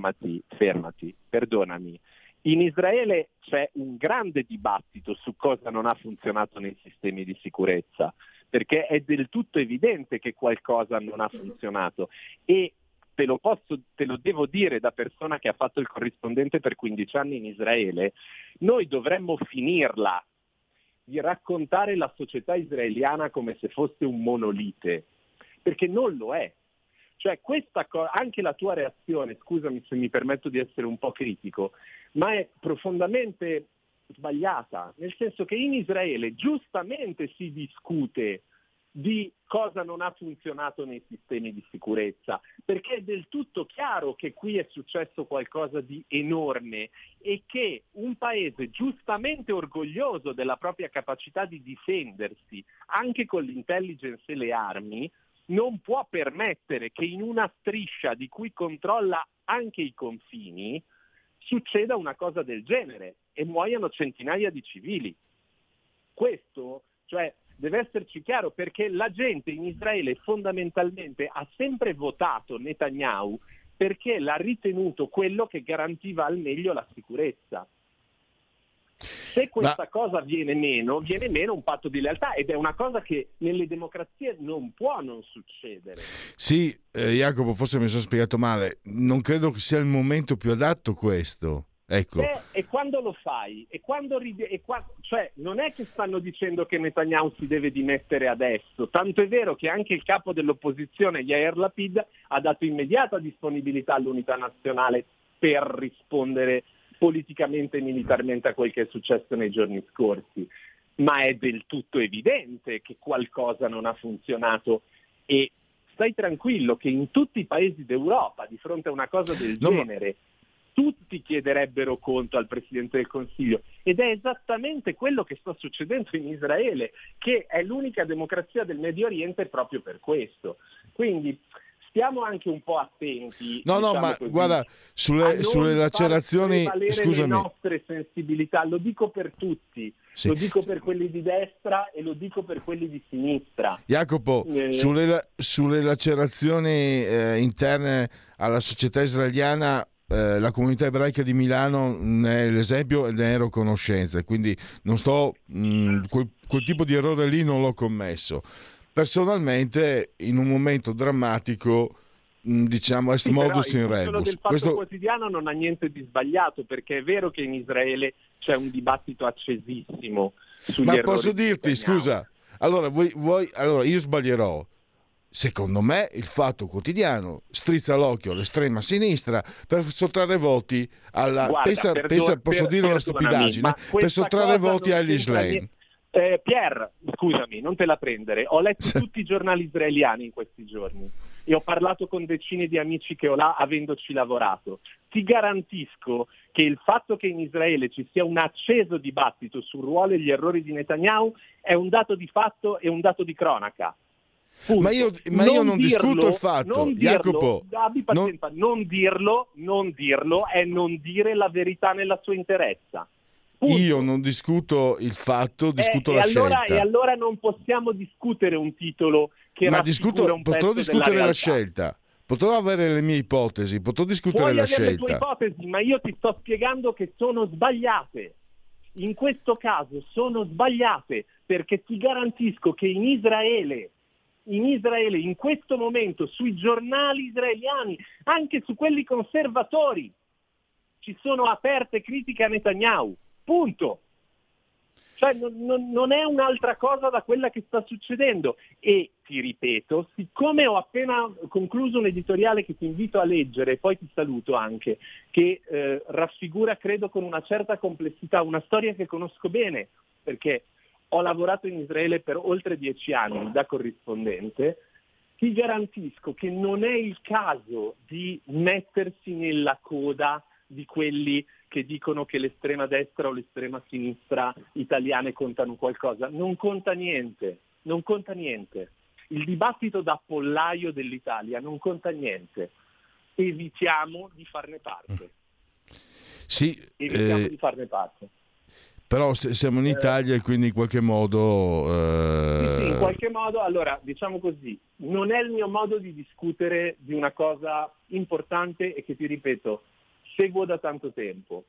perdonami. In Israele c'è un grande dibattito su cosa non ha funzionato nei sistemi di sicurezza, perché è del tutto evidente che qualcosa non ha funzionato, e te lo devo dire da persona che ha fatto il corrispondente per 15 anni in Israele, noi dovremmo finirla di raccontare la società israeliana come se fosse un monolite, perché non lo è. Cioè anche la tua reazione, scusami se mi permetto di essere un po' critico, ma è profondamente sbagliata, nel senso che in Israele giustamente si discute di cosa non ha funzionato nei sistemi di sicurezza, perché è del tutto chiaro che qui è successo qualcosa di enorme e che un paese giustamente orgoglioso della propria capacità di difendersi, anche con l'intelligence e le armi, non può permettere che in una striscia di cui controlla anche i confini succeda una cosa del genere e muoiano centinaia di civili. Questo, cioè, deve esserci chiaro, perché la gente in Israele fondamentalmente ha sempre votato Netanyahu perché l'ha ritenuto quello che garantiva al meglio la sicurezza. Se questa cosa viene meno un patto di lealtà, ed è una cosa che nelle democrazie non può non succedere. Sì, Jacopo, forse mi sono spiegato male. Non credo che sia il momento più adatto questo. Ecco. E quando lo fai? Cioè, non è che stanno dicendo che Netanyahu si deve dimettere adesso, tanto è vero che anche il capo dell'opposizione, Yair Lapid, ha dato immediata disponibilità all'unità nazionale per rispondere politicamente e militarmente a quel che è successo nei giorni scorsi, ma è del tutto evidente che qualcosa non ha funzionato e stai tranquillo che in tutti i paesi d'Europa di fronte a una cosa del genere tutti chiederebbero conto al Presidente del Consiglio, ed è esattamente quello che sta succedendo in Israele, che è l'unica democrazia del Medio Oriente proprio per questo. Quindi stiamo anche un po' attenti. Ma così, guarda, sulle lacerazioni, scusami, le nostre sensibilità, lo dico per tutti, sì. Lo dico per quelli di destra e lo dico per quelli di sinistra. Jacopo, sulle lacerazioni interne alla società israeliana, la comunità ebraica di Milano ne è l'esempio e ne ero a conoscenza, quindi non sto quel tipo di errore lì non l'ho commesso. Personalmente, in un momento drammatico, diciamo est modus in rebus. Il Fatto Quotidiano non ha niente di sbagliato, perché è vero che in Israele c'è un dibattito accesissimo sugli errori. Ma posso dirti, scusa, allora io sbaglierò. Secondo me il Fatto Quotidiano strizza l'occhio all'estrema sinistra per sottrarre voti alla... Guarda, posso dire una stupidaggine? Per sottrarre voti agli Schlein. Pier, scusami, non te la prendere. Ho letto tutti i giornali israeliani in questi giorni e ho parlato con decine di amici che ho là avendoci lavorato. Ti garantisco che il fatto che in Israele ci sia un acceso dibattito sul ruolo e gli errori di Netanyahu è un dato di fatto e un dato di cronaca. Punto. Ma io non discuto il fatto, Jacopo. Abbi pazienza, non dirlo è non dire la verità nella sua interezza. Punto. Io non discuto il fatto, discuto la scelta. E allora non possiamo discutere un titolo che raffigura un pezzo potrò discutere della la scelta. Potrò avere le mie ipotesi, potrò discutere Puoi la avere scelta. le tue ipotesi, ma io ti sto spiegando che sono sbagliate. In questo caso sono sbagliate, perché ti garantisco che in Israele, in questo momento, sui giornali israeliani, anche su quelli conservatori, ci sono aperte critiche a Netanyahu. Punto. Cioè non è un'altra cosa da quella che sta succedendo. E ti ripeto, siccome ho appena concluso un editoriale che ti invito a leggere, e poi ti saluto anche, che raffigura, credo, con una certa complessità una storia che conosco bene, perché ho lavorato in Israele per oltre 10 anni da corrispondente, ti garantisco che non è il caso di mettersi nella coda di quelli che dicono che l'estrema destra o l'estrema sinistra italiane contano qualcosa. Non conta niente. Il dibattito da pollaio dell'Italia non conta niente. Evitiamo di farne parte. Sì, evitiamo di farne parte. Però siamo in Italia e quindi in qualche modo... Sì, in qualche modo, allora, diciamo così, non è il mio modo di discutere di una cosa importante e che, ti ripeto, seguo da tanto tempo.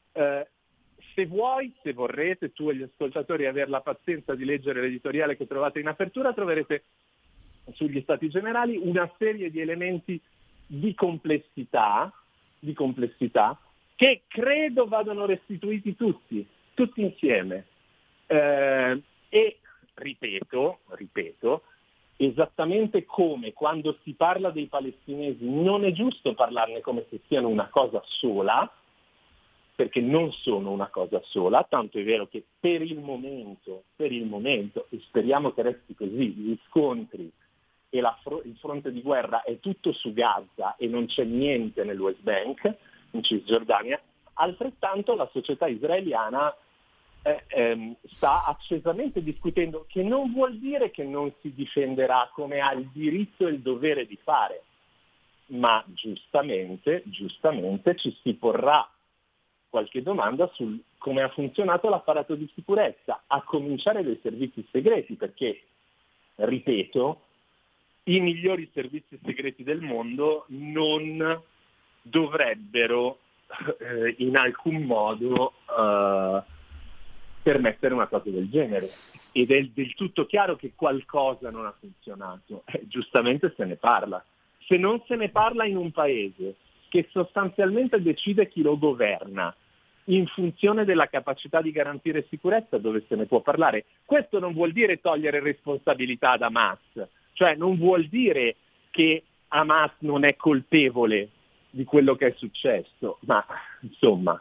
Se vorrete, tu e gli ascoltatori, avere la pazienza di leggere l'editoriale che trovate in apertura, troverete sugli Stati Generali una serie di elementi di complessità che credo vadano restituiti tutti insieme. E ripeto, esattamente come quando si parla dei palestinesi non è giusto parlarne come se siano una cosa sola, perché non sono una cosa sola, tanto è vero che per il momento, e speriamo che resti così, gli scontri e il fronte di guerra è tutto su Gaza e non c'è niente nel West Bank, in Cisgiordania, altrettanto la società israeliana sta accesamente discutendo, che non vuol dire che non si difenderà, come ha il diritto e il dovere di fare, ma giustamente ci si porrà qualche domanda sul come ha funzionato l'apparato di sicurezza, a cominciare dai servizi segreti, perché, ripeto, i migliori servizi segreti del mondo non dovrebbero in alcun modo permettere una cosa del genere. Ed è del tutto chiaro che qualcosa non ha funzionato. Giustamente se ne parla. Se non se ne parla in un paese che sostanzialmente decide chi lo governa in funzione della capacità di garantire sicurezza, dove se ne può parlare? Questo non vuol dire togliere responsabilità ad Hamas, cioè non vuol dire che Hamas non è colpevole di quello che è successo, ma insomma...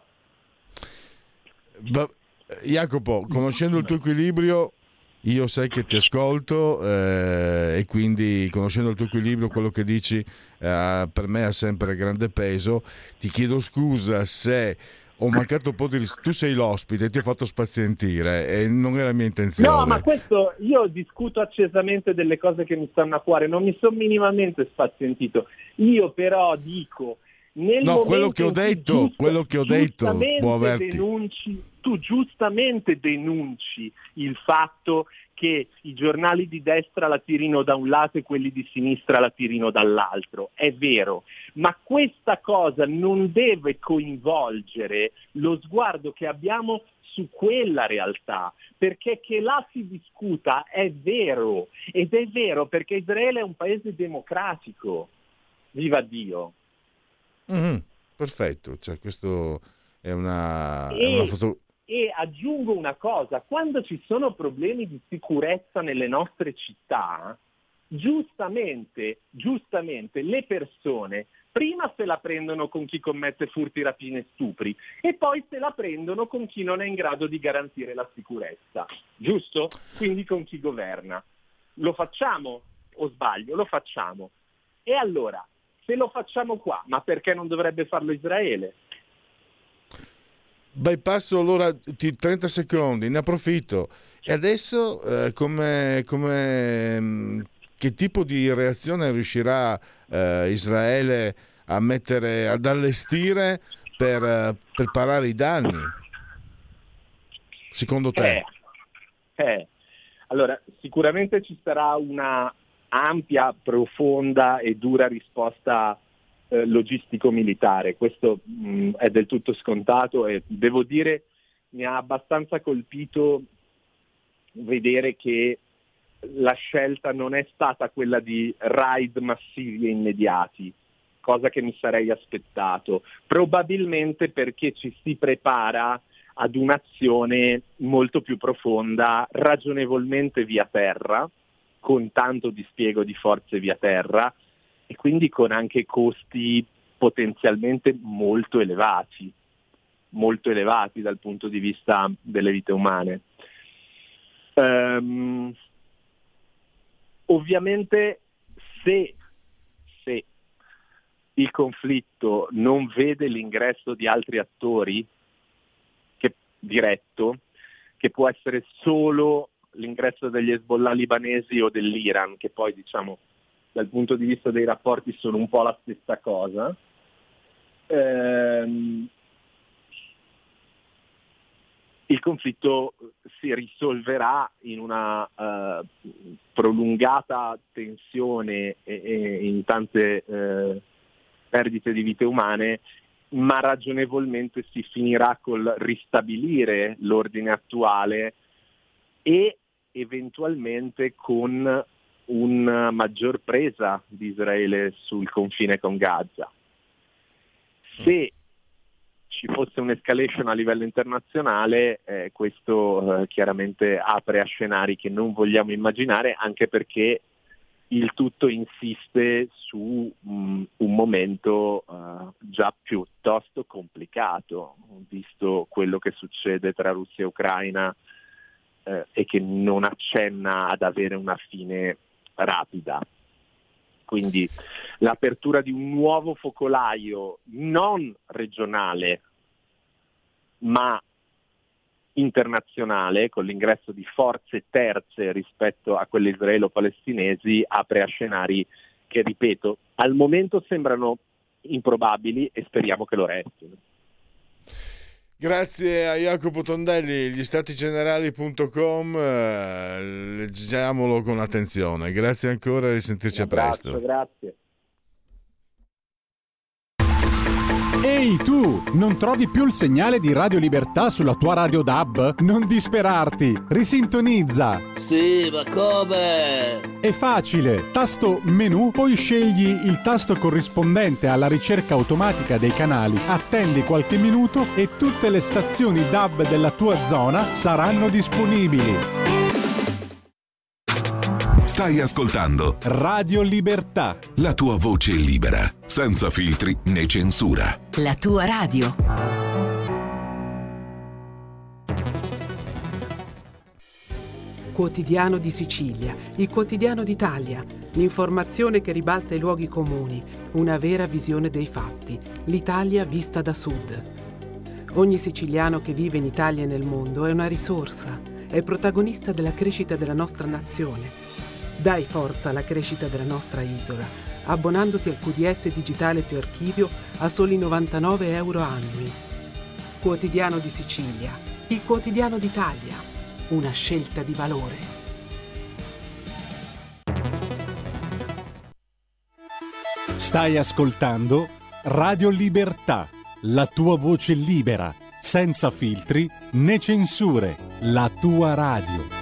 Jacopo, conoscendo il tuo equilibrio, io sai che ti ascolto e quindi conoscendo il tuo equilibrio, quello che dici per me ha sempre grande peso. Ti chiedo scusa se ho mancato un po' di... Tu sei l'ospite, ti ho fatto spazientire e non era mia intenzione. No, ma questo, io discuto accesamente delle cose che mi stanno a cuore, non mi sono minimamente spazientito. Io però dico... quello che ho detto, tu giustamente denunci il fatto che i giornali di destra la tirino da un lato e quelli di sinistra la tirino dall'altro, è vero, ma questa cosa non deve coinvolgere lo sguardo che abbiamo su quella realtà, perché che là si discuta è vero, ed è vero perché Israele è un paese democratico, viva Dio. Perfetto, cioè questo è una foto. E aggiungo una cosa, quando ci sono problemi di sicurezza nelle nostre città, giustamente le persone prima se la prendono con chi commette furti, rapine e stupri e poi se la prendono con chi non è in grado di garantire la sicurezza, giusto? Quindi con chi governa. Lo facciamo o sbaglio? Lo facciamo. E allora, se lo facciamo qua, ma perché non dovrebbe farlo Israele? Bypasso allora 30 secondi, ne approfitto. E adesso che tipo di reazione riuscirà Israele ad allestire per parare i danni? Secondo te? Allora, sicuramente ci sarà una ampia, profonda e dura risposta logistico-militare, questo è del tutto scontato e devo dire mi ha abbastanza colpito vedere che la scelta non è stata quella di raid massivi e immediati, cosa che mi sarei aspettato, probabilmente perché ci si prepara ad un'azione molto più profonda, ragionevolmente via terra, con tanto dispiego di forze via terra, e quindi con anche costi potenzialmente molto elevati dal punto di vista delle vite umane. Ovviamente se il conflitto non vede l'ingresso di altri attori diretto, che può essere solo l'ingresso degli Hezbollah libanesi o dell'Iran, che poi diciamo dal punto di vista dei rapporti sono un po' la stessa cosa. Il conflitto si risolverà in una prolungata tensione e in tante perdite di vite umane, ma ragionevolmente si finirà col ristabilire l'ordine attuale e eventualmente con una maggior presa di Israele sul confine con Gaza. Se ci fosse un'escalation a livello internazionale, questo chiaramente apre a scenari che non vogliamo immaginare, anche perché il tutto insiste su un momento già piuttosto complicato, visto quello che succede tra Russia e Ucraina e che non accenna ad avere una fine rapida. Quindi l'apertura di un nuovo focolaio non regionale ma internazionale, con l'ingresso di forze terze rispetto a quelle israelo-palestinesi, apre a scenari che, ripeto, al momento sembrano improbabili e speriamo che lo restino. Grazie a Jacopo Tondelli, gli statigenerali.com, leggiamolo con attenzione. Grazie ancora e risentirci a presto. Grazie. Ehi tu, non trovi più il segnale di Radio Libertà sulla tua radio DAB? Non disperarti, risintonizza! Sì, ma come? È facile, tasto menu, poi scegli il tasto corrispondente alla ricerca automatica dei canali, attendi qualche minuto e tutte le stazioni DAB della tua zona saranno disponibili. Stai ascoltando Radio Libertà, la tua voce libera, senza filtri né censura. La tua radio. Quotidiano di Sicilia, il quotidiano d'Italia, l'informazione che ribalta i luoghi comuni, una vera visione dei fatti, l'Italia vista da sud. Ogni siciliano che vive in Italia e nel mondo è una risorsa, è protagonista della crescita della nostra nazione. Dai forza alla crescita della nostra isola, abbonandoti al QDS digitale più archivio a soli 99 euro annui. Quotidiano di Sicilia, il quotidiano d'Italia, una scelta di valore. Stai ascoltando Radio Libertà, la tua voce libera, senza filtri né censure, la tua radio.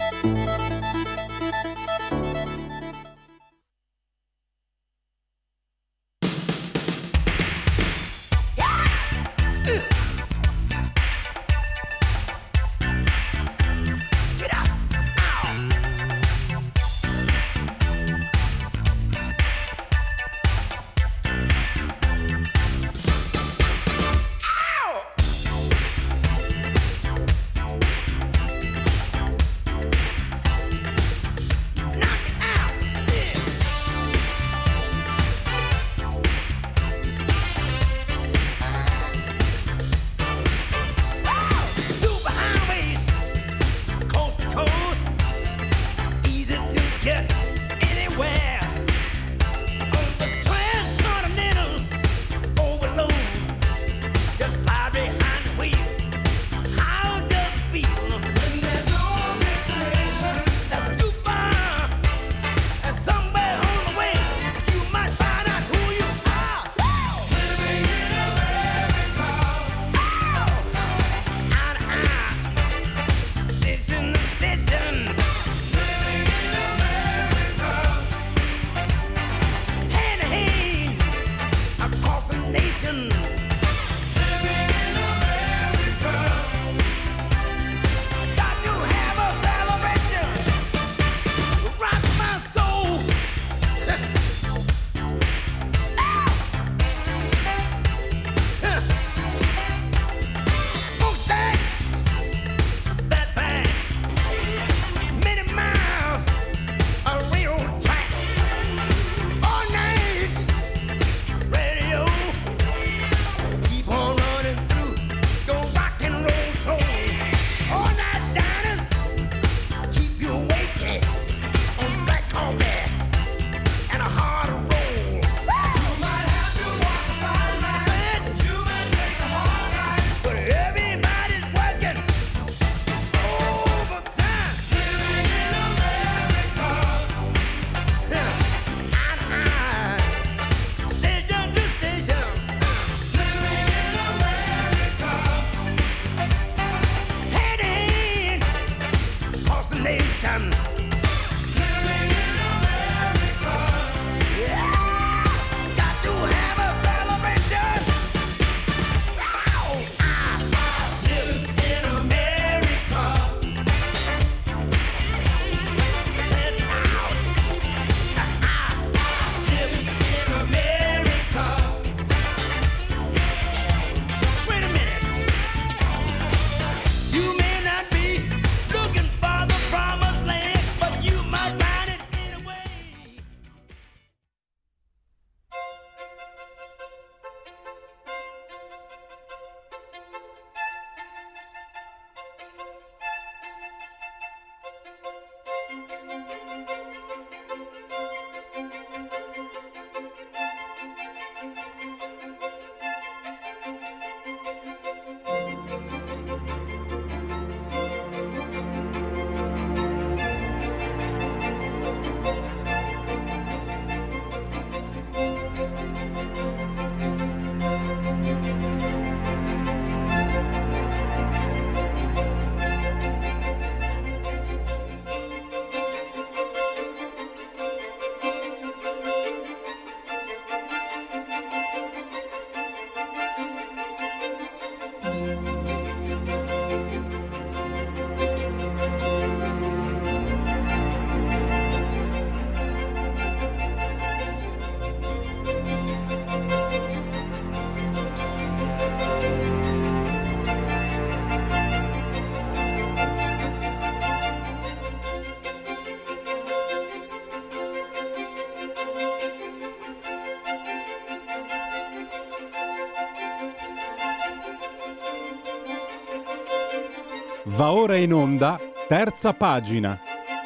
Va ora in onda, terza pagina.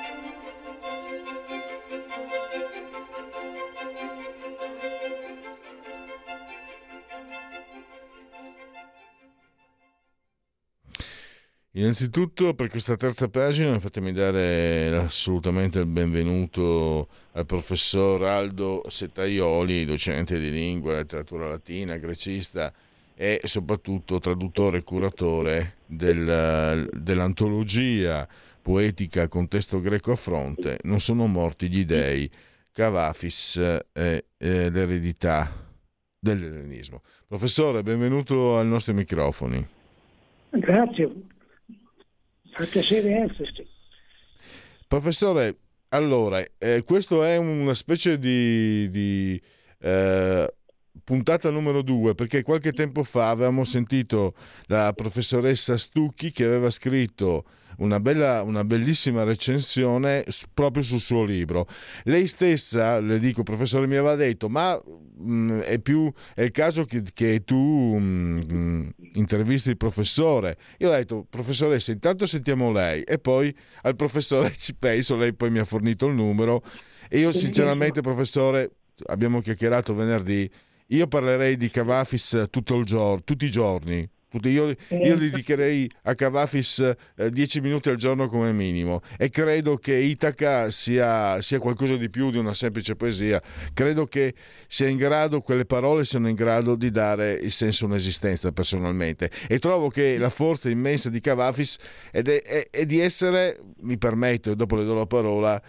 Innanzitutto, per questa terza pagina fatemi dare assolutamente il benvenuto al professor Aldo Settaioli, docente di lingua e letteratura latina, grecista e soprattutto traduttore e curatore dell'antologia poetica Contesto greco a fronte, Non sono morti gli dei, Cavafis e l'eredità dell'ellenismo. Professore, benvenuto ai nostri microfoni. Grazie. Fa piacere esserci. Professore, allora, questo è una specie di puntata numero 2, perché qualche tempo fa avevamo sentito la professoressa Stucchi che aveva scritto una bellissima recensione proprio sul suo libro. Lei stessa, le dico, professore, mi aveva detto, ma è il caso che tu intervisti il professore. Io ho detto, professoressa, intanto sentiamo lei, e poi al professore ci penso. Lei poi mi ha fornito il numero e io sinceramente, professore, abbiamo chiacchierato venerdì, io parlerei di Cavafis tutti i giorni. Io dedicherei a Cavafis 10 minuti al giorno come minimo, e credo che Itaca sia qualcosa di più di una semplice poesia. Credo che quelle parole siano in grado di dare il senso a un'esistenza, personalmente, e trovo che la forza immensa di Cavafis è di essere, mi permetto e dopo le do la parola,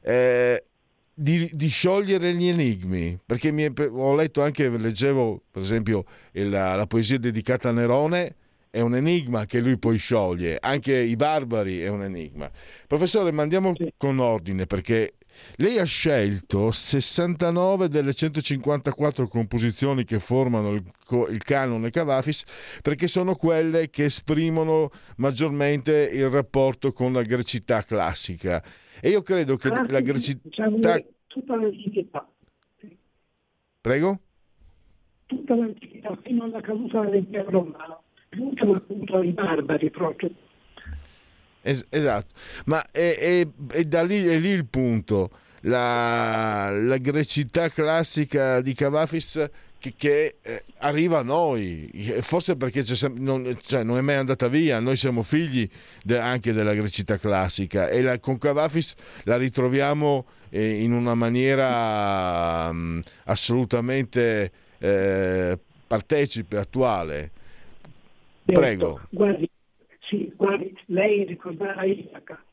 di sciogliere gli enigmi, perché ho letto anche, leggevo per esempio la poesia dedicata a Nerone, è un enigma che lui poi scioglie, anche i barbari è un enigma. Professore, ma andiamo con ordine, perché lei ha scelto 69 delle 154 composizioni che formano il canone Cavafis, perché sono quelle che esprimono maggiormente il rapporto con la grecità classica. E io credo che la grecità... Tutta l'antichità. Prego? Tutta l'antichità, fino alla caduta dell'impero romano. L'ultimo appunto ai barbari proprio. Esatto. Ma è da lì, è lì il punto. La grecità classica di Cavafis che arriva a noi, forse perché non è mai andata via. Noi siamo figli anche della grecità classica, e con Cavafis la ritroviamo in una maniera assolutamente partecipe, attuale. Prego. Guardi, lei ricordava Itaca.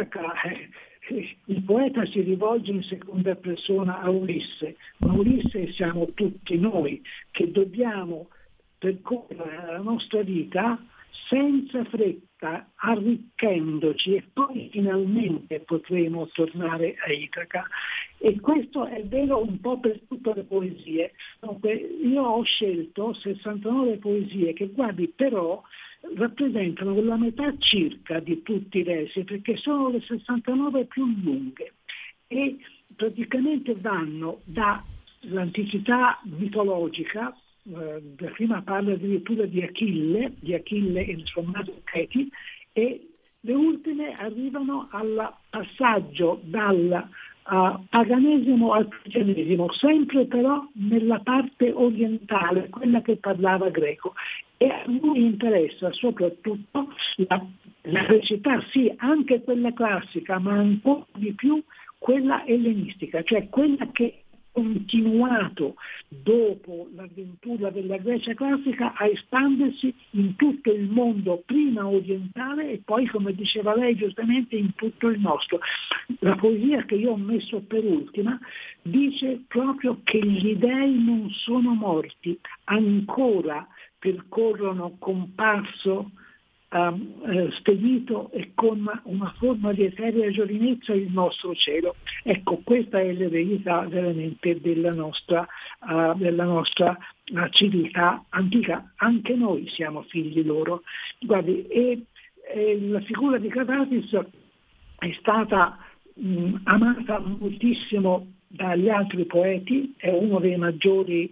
Il poeta si rivolge in seconda persona a Ulisse, ma Ulisse siamo tutti noi che dobbiamo percorrere la nostra vita senza fretta, arricchendoci, e poi finalmente potremo tornare a Itaca. E questo è vero un po' per tutte le poesie. Io ho scelto 69 poesie che, guardi, però rappresentano la metà circa di tutti i versi, perché sono le 69 più lunghe e praticamente vanno dall'antichità mitologica. Prima parla addirittura di Achille e il suo madre Cheti, e le ultime arrivano al passaggio dal paganesimo al cristianesimo, sempre però nella parte orientale, quella che parlava greco. E a lui interessa soprattutto la grecità, sì, anche quella classica, ma ancora di più quella ellenistica, cioè quella che continuato dopo l'avventura della Grecia classica a espandersi in tutto il mondo, prima orientale e poi, come diceva lei giustamente, in tutto il nostro. La poesia che io ho messo per ultima dice proprio che gli dei non sono morti, ancora percorrono comparso, spedito e con una forma di eterea giovinezza il nostro cielo. Ecco, questa è l'eredità veramente della nostra civiltà antica. Anche noi siamo figli loro. Guardi, e la figura di Cavafis è stata amata moltissimo dagli altri poeti, è uno dei maggiori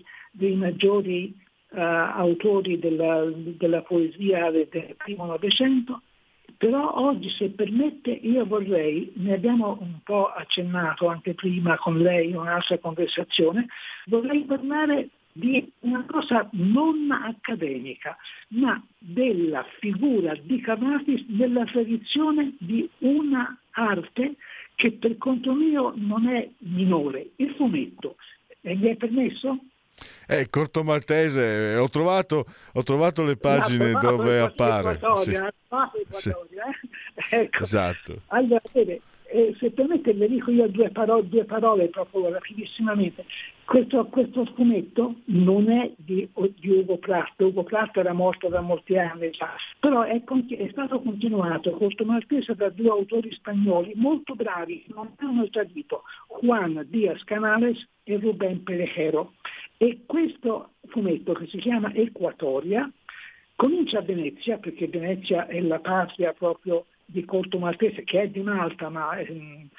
autori della poesia del primo Novecento, Però oggi, se permette, io vorrei, ne abbiamo un po' accennato anche prima con lei in un'altra conversazione, vorrei parlare di una cosa non accademica, ma della figura di Cavafis nella tradizione di una arte che per conto mio non è minore, il fumetto. Mi è permesso? Corto Maltese, ho trovato le pagine dove appare. Sì. Ecco. Esatto. Allora, vede, se permette le dico io due parole proprio rapidissimamente. Questo fumetto non è di Ugo Pratt. Ugo Pratt era morto da molti anni già, però è stato continuato Corto Maltese da due autori spagnoli molto bravi, non hanno tradito, Juan Díaz Canales e Rubén Perejero. E questo fumetto, che si chiama Equatoria, comincia a Venezia, perché Venezia è la patria proprio di Corto Maltese, che è di Malta ma è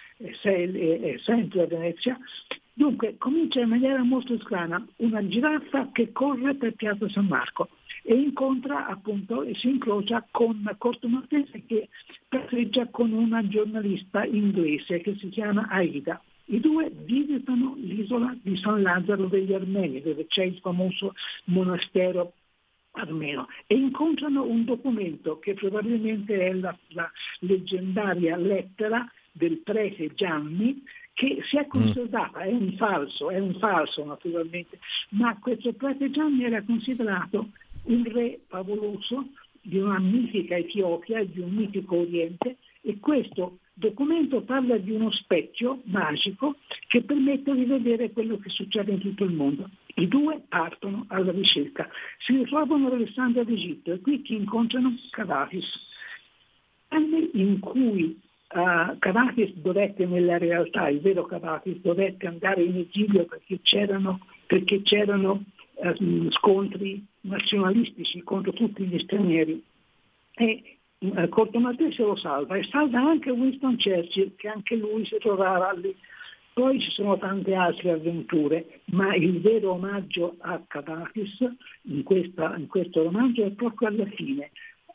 sempre a Venezia. Dunque comincia in maniera molto strana, una giraffa che corre per Piazza San Marco e incontra appunto e si incrocia con Corto Maltese, che passeggia con una giornalista inglese che si chiama Aida. I due visitano l'isola di San Lazzaro degli Armeni, dove c'è il famoso monastero armeno, e incontrano un documento che probabilmente è la leggendaria lettera del prete Gianni, che si è conservata, è un falso naturalmente, ma questo prete Gianni era considerato un re favoloso di una mitica Etiopia e di un mitico Oriente, e questo documento parla di uno specchio magico che permette di vedere quello che succede in tutto il mondo. I due partono alla ricerca, si ritrovano ad Alessandria d'Egitto e qui incontrano Cavafis. Anni in cui Cavafis dovette, nella realtà, il vero Cavafis dovette andare in esilio perché c'erano scontri nazionalistici contro tutti gli stranieri, e Corto Maltese lo salva, e salva anche Winston Churchill, che anche lui si trovava lì. Poi ci sono tante altre avventure, ma il vero omaggio a Cavafis in questo romanzo è proprio alla fine.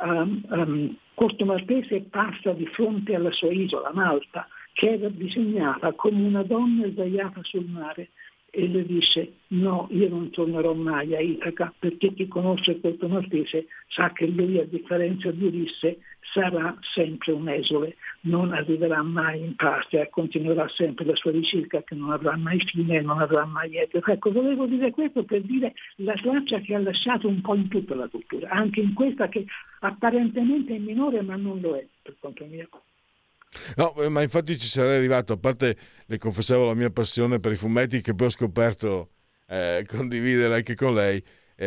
Corto Maltese passa di fronte alla sua isola, Malta, che era disegnata come una donna sdraiata sul mare, e le dice: no, io non tornerò mai a Itaca, perché chi conosce Corto Maltese sa che lui, a differenza di Ulisse, sarà sempre un esule, non arriverà mai in patria, continuerà sempre la sua ricerca che non avrà mai fine e non avrà mai epoca. Ecco, volevo dire questo per dire la traccia che ha lasciato un po' in tutta la cultura, anche in questa che apparentemente è minore ma non lo è per conto mio. No, ma infatti ci sarei arrivato, a parte le confessavo la mia passione per i fumetti, che poi ho scoperto condividere anche con lei.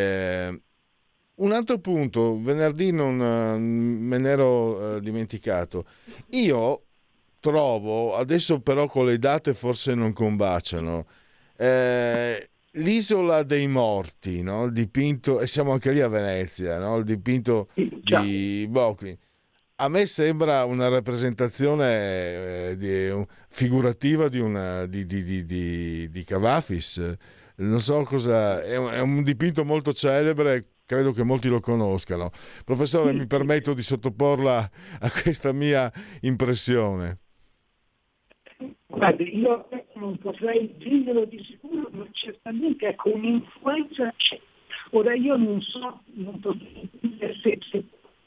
Un altro punto, venerdì non me ne ero dimenticato. Io trovo, adesso però con le date forse non combaciano, l'Isola dei Morti, no? Il dipinto, e siamo anche lì a Venezia, no? Il dipinto di Bocchi. A me sembra una rappresentazione figurativa di Cavafis. Non so cosa, è un dipinto molto celebre, credo che molti lo conoscano. Professore, mi permetto di sottoporla a questa mia impressione. Guardi, io non potrei dirlo di sicuro, ma certamente ecco un'influenza c'è. Ora io non so, non potrei dire se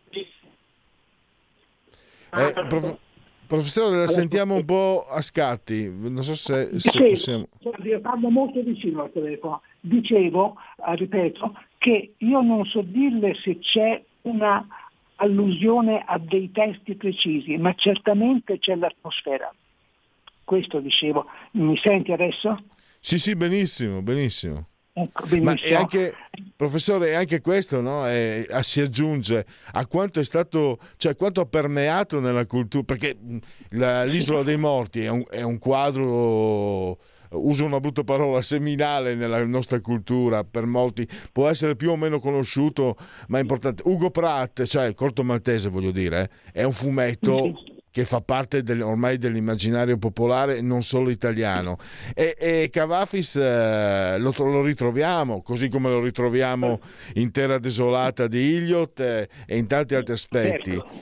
professore, la sentiamo un po' a scatti, non so se possiamo. Io parlo molto vicino al telefono. Dicevo, ripeto, che io non so dirle se c'è una allusione a dei testi precisi, ma certamente c'è l'atmosfera. Questo dicevo. Mi senti adesso? Sì, benissimo. Ecco, ma è anche, professore, è anche questo, no? Si aggiunge a quanto è stato, cioè quanto ha permeato nella cultura, perché l'Isola dei Morti è un quadro, uso una brutta parola, seminale nella nostra cultura, per molti può essere più o meno conosciuto, ma è importante. Ugo Pratt, cioè Corto Maltese, voglio dire, è un fumetto che fa parte ormai dell'immaginario popolare, non solo italiano, e Cavafis lo ritroviamo, così come lo ritroviamo in Terra Desolata di Eliot e in tanti altri aspetti.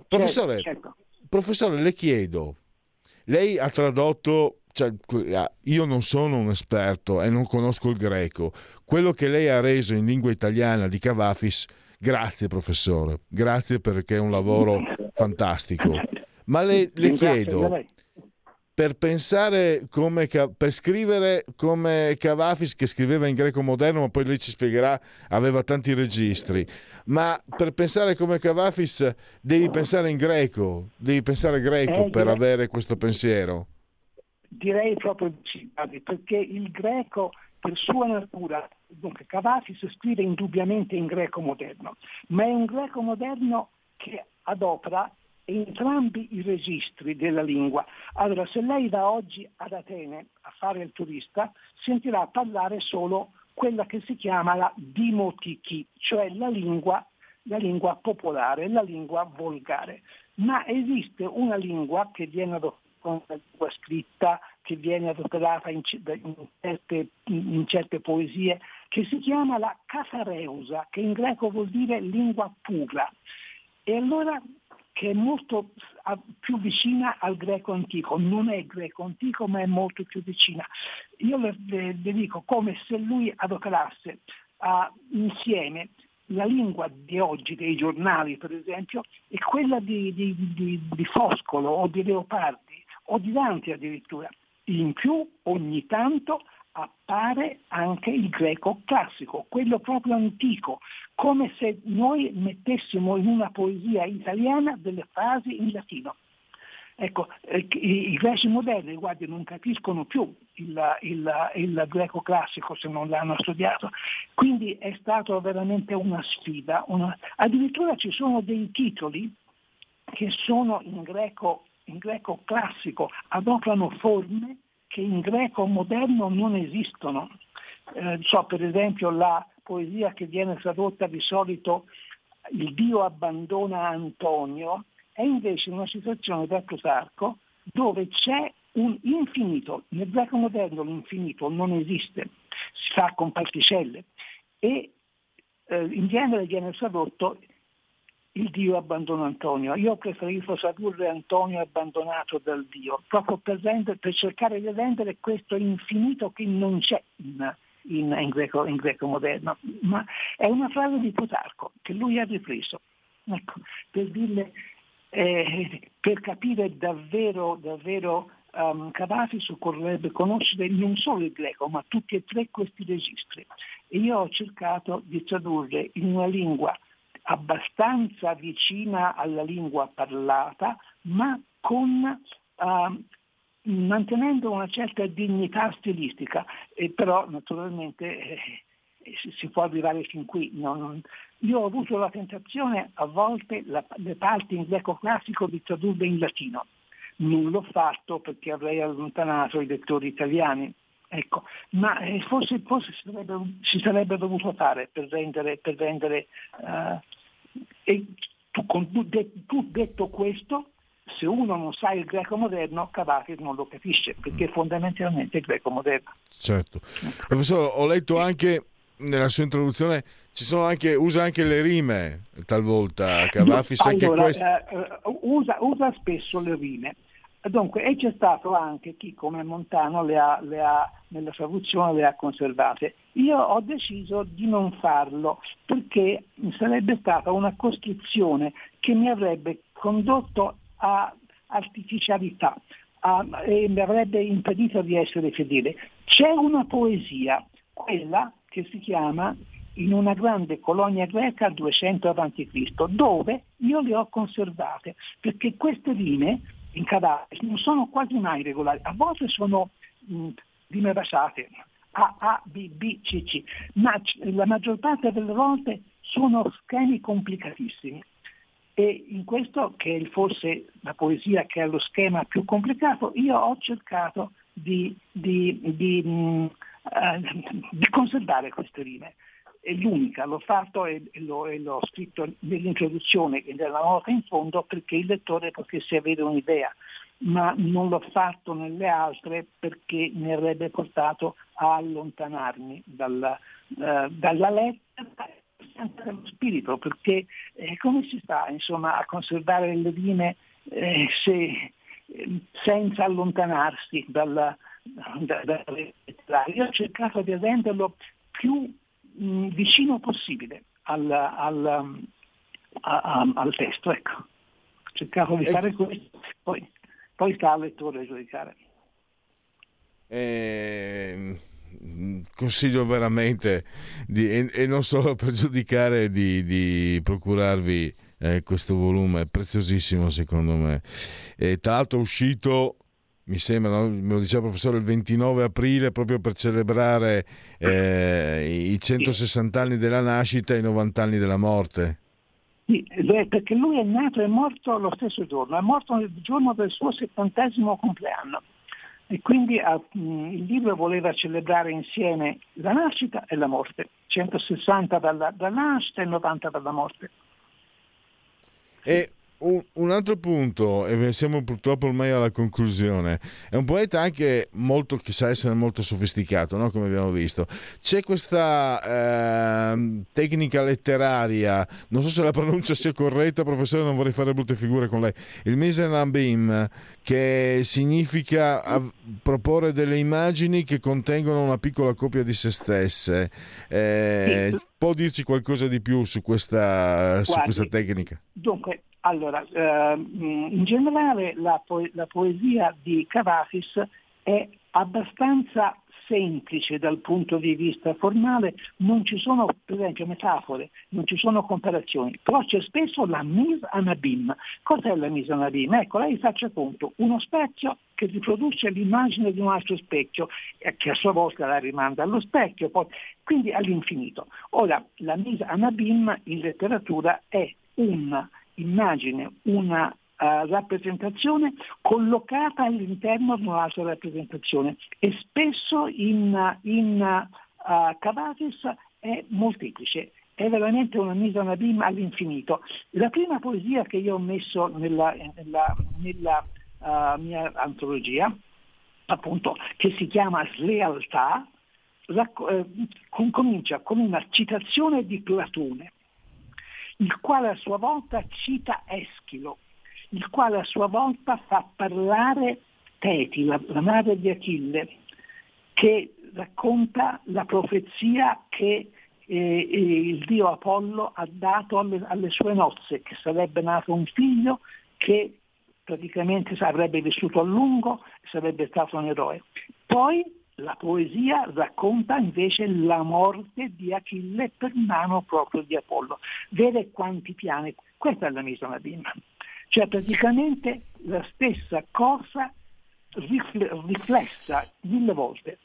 Professore, certo. Professore, le chiedo, lei ha tradotto, cioè, io non sono un esperto e non conosco il greco, quello che lei ha reso in lingua italiana di Cavafis, grazie professore, grazie perché è un lavoro fantastico, ma le chiedo, per pensare per scrivere come Cavafis, che scriveva in greco moderno, ma poi lei ci spiegherà, aveva tanti registri, ma per pensare come Cavafis devi pensare in greco, devi pensare greco per avere questo pensiero. Direi proprio sì, perché il greco per sua natura, dunque Cavafis scrive indubbiamente in greco moderno, ma è un greco moderno che adopera entrambi i registri della lingua. Allora, se lei va oggi ad Atene a fare il turista, sentirà parlare solo quella che si chiama la dimotiki, cioè la lingua popolare, la lingua volgare. Ma esiste una lingua che viene adoperata con la lingua scritta, che viene adoperata in certe poesie, che si chiama la Cathareusa, che in greco vuol dire lingua pura. E allora che è molto più vicina al greco antico, non è greco antico ma è molto più vicina. Io le dico come se lui adoperasse insieme la lingua di oggi, dei giornali per esempio, e quella di Foscolo o di Leopardi o di Dante addirittura. In più ogni tanto appare anche il greco classico, quello proprio antico, come se noi mettessimo in una poesia italiana delle frasi in latino. Ecco, i greci moderni, guardi, non capiscono più il greco classico se non l'hanno studiato, quindi è stato veramente una sfida. Addirittura ci sono dei titoli che sono in greco classico, adoperano forme che in greco moderno non esistono. Per esempio la poesia che viene tradotta di solito il Dio abbandona Antonio, è invece una citazione da Plutarco dove c'è un infinito. Nel greco moderno l'infinito non esiste, si fa con particelle e in genere viene tradotto il Dio abbandona Antonio. Io ho preferito tradurre Antonio abbandonato dal Dio, proprio per cercare di rendere questo infinito che non c'è in greco moderno, ma è una frase di Plutarco che lui ha ripreso. Ecco, per dirle, per capire davvero Cavafis occorrerebbe conoscere non solo il greco, ma tutti e tre questi registri. E io ho cercato di tradurre in una lingua abbastanza vicina alla lingua parlata, ma mantenendo una certa dignità stilistica, però naturalmente si può arrivare fin qui. Io ho avuto la tentazione a volte le parti in greco classico di tradurle in latino, non l'ho fatto perché avrei allontanato i lettori italiani. Ecco, ma forse si sarebbe dovuto fare per rendere e tu detto questo, se uno non sa il greco moderno, Cavafis non lo capisce, perché è fondamentalmente il greco moderno. Certo. Professore, ho letto anche nella sua introduzione usa anche le rime talvolta Cavafis. Allora, anche usa spesso le rime. Dunque, e c'è stato anche chi come Montano nella traduzione le ha conservate. Io ho deciso di non farlo perché sarebbe stata una costrizione che mi avrebbe condotto a artificialità e mi avrebbe impedito di essere fedele. C'è una poesia, quella che si chiama In una grande colonia greca al 200 a.C., dove io le ho conservate, perché queste rime in Cavafis non sono quasi mai regolari, a volte sono rime basate, A, B, B, C, C, ma la maggior parte delle volte sono schemi complicatissimi. E in questo, che è forse la poesia che ha lo schema più complicato, io ho cercato di conservare queste rime. È l'unica, l'ho fatto e l'ho scritto nell'introduzione e nella nota in fondo perché il lettore potesse avere un'idea, ma non l'ho fatto nelle altre perché mi avrebbe portato a allontanarmi dalla lettera, mancanza dello spirito, perché come si sta insomma a conservare le rime senza allontanarsi dal letterario? Io ho cercato di renderlo più vicino possibile al testo, ecco. Ho cercato di fare questo, poi sta al lettore a giudicare. Consiglio veramente e non solo per giudicare di procurarvi questo volume, è preziosissimo secondo me. Tra l'altro è uscito, mi sembra, no? Me lo diceva il professore, il 29 aprile, proprio per celebrare i 160 anni della nascita e i 90 anni della morte. Sì, perché lui è nato e morto lo stesso giorno, è morto il giorno del suo 70° compleanno. E quindi il libro voleva celebrare insieme la nascita e la morte, 160 dalla nascita e 90 dalla morte. E un altro punto, e siamo purtroppo ormai alla conclusione, è un poeta anche molto, che sa essere molto sofisticato, no? Come abbiamo visto. C'è questa tecnica letteraria, non so se la pronuncia sia corretta, professore, non vorrei fare brutte figure con lei, il mise en abîme, che significa proporre delle immagini che contengono una piccola copia di se stesse. Può dirci qualcosa di più su questa tecnica? Dunque, allora, in generale la poesia di Kavafis è abbastanza semplice dal punto di vista formale, non ci sono per esempio metafore, non ci sono comparazioni, però c'è spesso la mise en abîme. Cos'è la mise en abîme? Ecco, lei faccia conto, uno specchio che riproduce l'immagine di un altro specchio, che a sua volta la rimanda allo specchio, poi, quindi all'infinito. Ora, la mise en abîme in letteratura è un'immagine, una rappresentazione collocata all'interno di un'altra rappresentazione, e spesso in Kavafis è molteplice, è veramente una mise en abîme all'infinito. La prima poesia che io ho messo nella mia antologia, appunto, che si chiama Slealtà, comincia con una citazione di Platone, il quale a sua volta cita Eschilo, il quale a sua volta fa parlare Teti, la madre di Achille, che racconta la profezia che il dio Apollo ha dato alle sue nozze, che sarebbe nato un figlio che praticamente avrebbe vissuto a lungo e sarebbe stato un eroe. Poi la poesia racconta invece la morte di Achille per mano proprio di Apollo. Vede quanti piani, questa è la mise en abîme. Cioè praticamente la stessa cosa riflessa 1000 volte.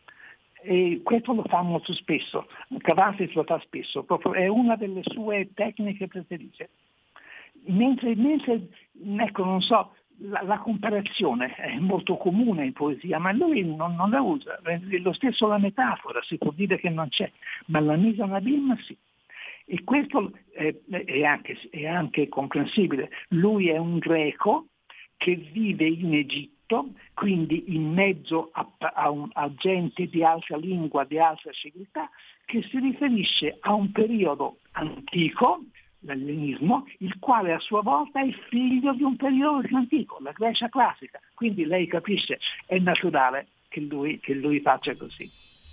E questo lo fa molto spesso, Kavafis lo fa spesso, proprio è una delle sue tecniche preferite. Mentre ecco, non so, la comparazione è molto comune in poesia, ma lui non la usa. Lo stesso la metafora, si può dire che non c'è, ma la mise en abîme sì. E questo è anche comprensibile. Lui è un greco che vive in Egitto, quindi in mezzo a gente di altra lingua, di altra civiltà, che si riferisce a un periodo antico, l'ellenismo, il quale a sua volta è figlio di un periodo più antico, la Grecia classica. Quindi lei capisce, è naturale che lui faccia così.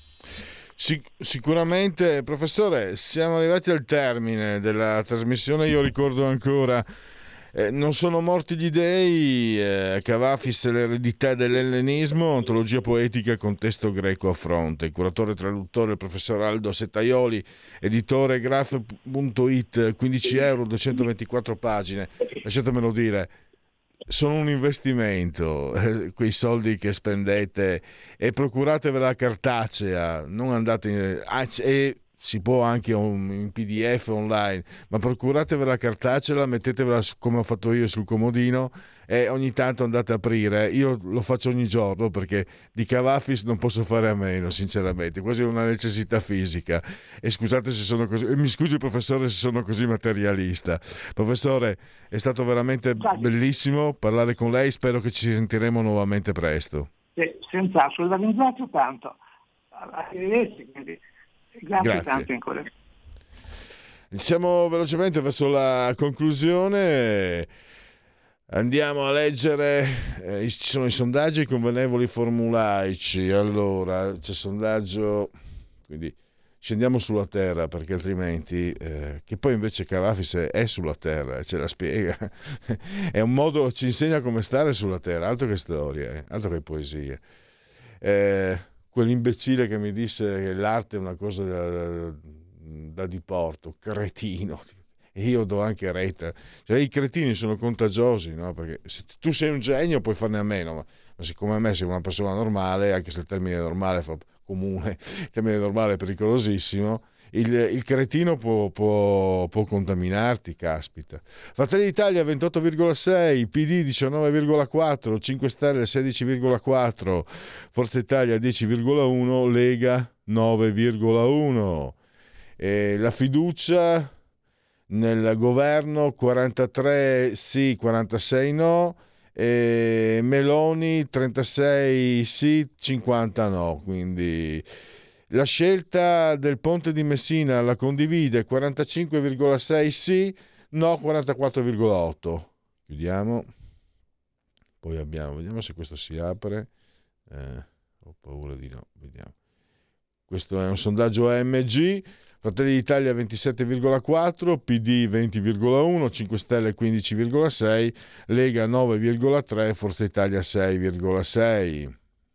Sicuramente, professore, siamo arrivati al termine della trasmissione. Io ricordo ancora Non sono morti gli dei, Kavafis e l'eredità dell'ellenismo, antologia poetica con testo greco a fronte. Curatore e traduttore il professor Aldo Settaioli, editore graf.it, 15 euro, 224 pagine. Lasciatemelo dire, sono un investimento, quei soldi che spendete, e procuratevela cartacea, non andate e si può anche in PDF online, ma procuratevela cartacea, mettetevela come ho fatto io sul comodino e ogni tanto andate a aprire. Io lo faccio ogni giorno perché di Kavafis non posso fare a meno, sinceramente, quasi una necessità fisica. E scusate se sono così, mi scusi professore se sono così materialista. Professore, è stato veramente bellissimo parlare con lei, spero che ci sentiremo nuovamente presto. Senz'altro, la ringrazio tanto. Arrivederci. Grazie tanto ancora. Siamo velocemente verso la conclusione. Andiamo a leggere, ci sono i sondaggi convenevoli formulaici. Allora, c'è sondaggio, quindi scendiamo sulla Terra, perché altrimenti, che poi invece Cavafis è sulla Terra, ce la spiega, è un modo, ci insegna come stare sulla Terra, altro che storie, altro che poesie. Quell'imbecille che mi disse che l'arte è una cosa da diporto, cretino. E io do anche retta, cioè i cretini sono contagiosi, no? Perché se tu sei un genio puoi farne a meno, ma siccome a me sei una persona normale, anche se il termine normale fa comune, il termine normale è pericolosissimo, il cretino può contaminarti, caspita. Fratelli d'Italia 28,6, PD 19,4, 5 Stelle 16,4, Forza Italia 10,1, Lega 9,1. E la fiducia nel governo 43 sì, 46 no, e Meloni 36 sì, 50 no. Quindi la scelta del Ponte di Messina la condivide 45,6 sì, no 44,8. Chiudiamo. Poi vediamo se questo si apre. Ho paura di no, vediamo. Questo è un sondaggio AMG. Fratelli d'Italia 27,4, PD 20,1, 5 Stelle 15,6, Lega 9,3, Forza Italia 6,6.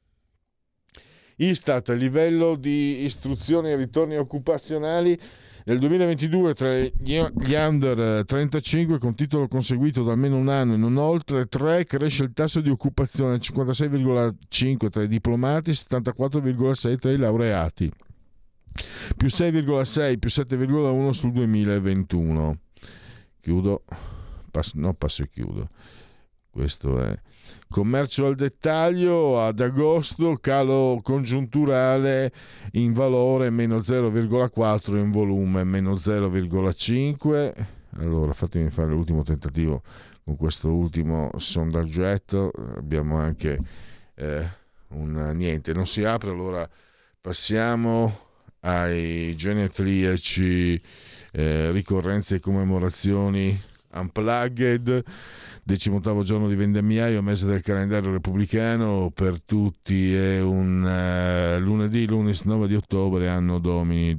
Istat, livello di istruzione e ritorni occupazionali nel 2022 tra gli under 35 con titolo conseguito da almeno un anno e non oltre 3 cresce il tasso di occupazione 56,5 tra i diplomati, 74,6 tra i laureati. Più 6,6, più 7,1 sul 2021. Chiudo. Passo e chiudo. Questo è commercio al dettaglio. Ad agosto calo congiunturale in valore meno 0,4, in volume meno 0,5. Allora fatemi fare l'ultimo tentativo con questo ultimo sondaggetto. Abbiamo anche niente, non si apre. Allora passiamo ai genetriaci, ricorrenze e commemorazioni unplugged, 18° giorno di vendemmiaio, mese del calendario repubblicano, per tutti è un lunes 9 di ottobre, anno domini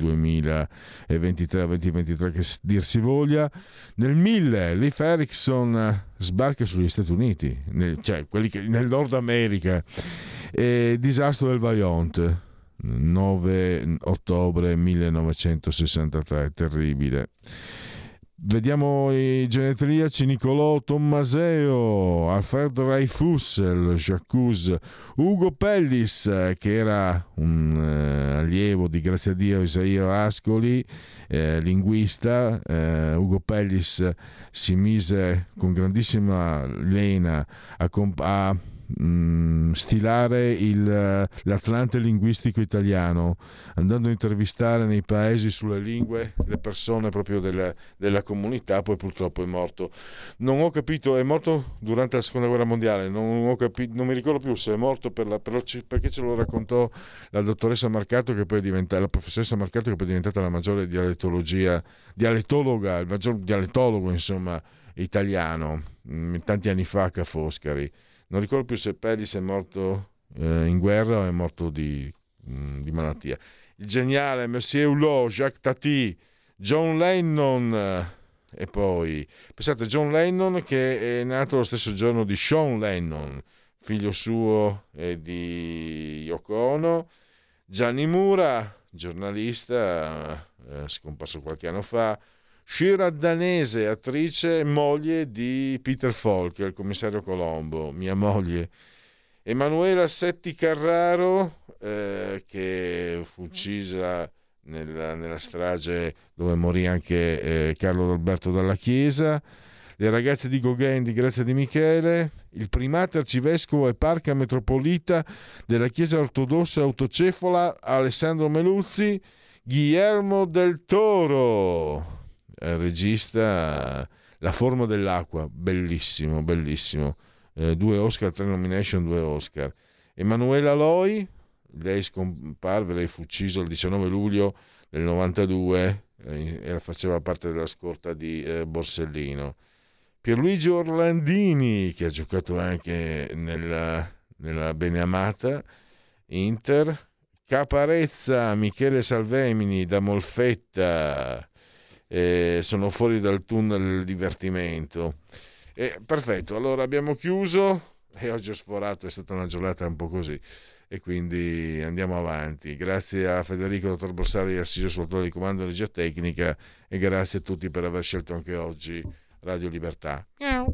2023 che dir si voglia. Nel 1000 Leif Erikson sbarca sugli Stati Uniti, cioè quelli che nel Nord America, disastro del Vajont 9 ottobre 1963, terribile. Vediamo i genetriaci: Niccolò Tommaseo, Alfred Dreyfussel, Jacques, Ugo Pellis, che era un allievo di Grazie a Dio Isaia Ascoli, linguista. Ugo Pellis si mise con grandissima lena a stilare l'Atlante linguistico italiano, andando a intervistare nei paesi sulle lingue le persone proprio della comunità. Poi purtroppo è morto, non ho capito, è morto durante la seconda guerra mondiale, non mi ricordo più se è morto perché ce lo raccontò la dottoressa Marcato, che poi la professoressa Marcato, che poi è diventata la maggiore dialettologa, il maggior dialettologo insomma italiano, tanti anni fa a Foscari. Non ricordo più se Pellis è morto in guerra o è morto di malattia. Il geniale Monsieur Hulot, Jacques Tati, John Lennon, e poi pensate, John Lennon che è nato lo stesso giorno di Sean Lennon, figlio suo e di Yoko Ono. Gianni Mura, giornalista, scomparso qualche anno fa. Shira Danese, attrice, moglie di Peter Falk, il commissario Colombo, mia moglie. Emanuela Setti Carraro, che fu uccisa nella strage dove morì anche Carlo Alberto Dalla Chiesa. Le ragazze di Gauguin di Grazia Di Michele, il primate arcivescovo e parca metropolita della Chiesa ortodossa autocefola Alessandro Meluzzi, Guillermo del Toro, regista, La forma dell'acqua, bellissimo, 2 Oscar, 3 nomination, 2 Oscar. Emanuela Loi, lei scomparve, lei fu uccisa il 19 luglio del 92 faceva parte della scorta di Borsellino. Pierluigi Orlandini, che ha giocato anche nella beneamata Inter. Caparezza, Michele Salvemini da Molfetta, sono fuori dal tunnel del divertimento. Perfetto, allora abbiamo chiuso e oggi ho sforato, è stata una giornata un po' così e quindi andiamo avanti. Grazie a Federico Dottor Borsari, assiso sul ruolo di comando e regia tecnica, e grazie a tutti per aver scelto anche oggi Radio Libertà.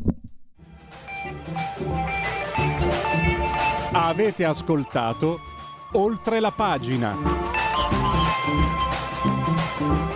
Avete ascoltato Oltre la pagina.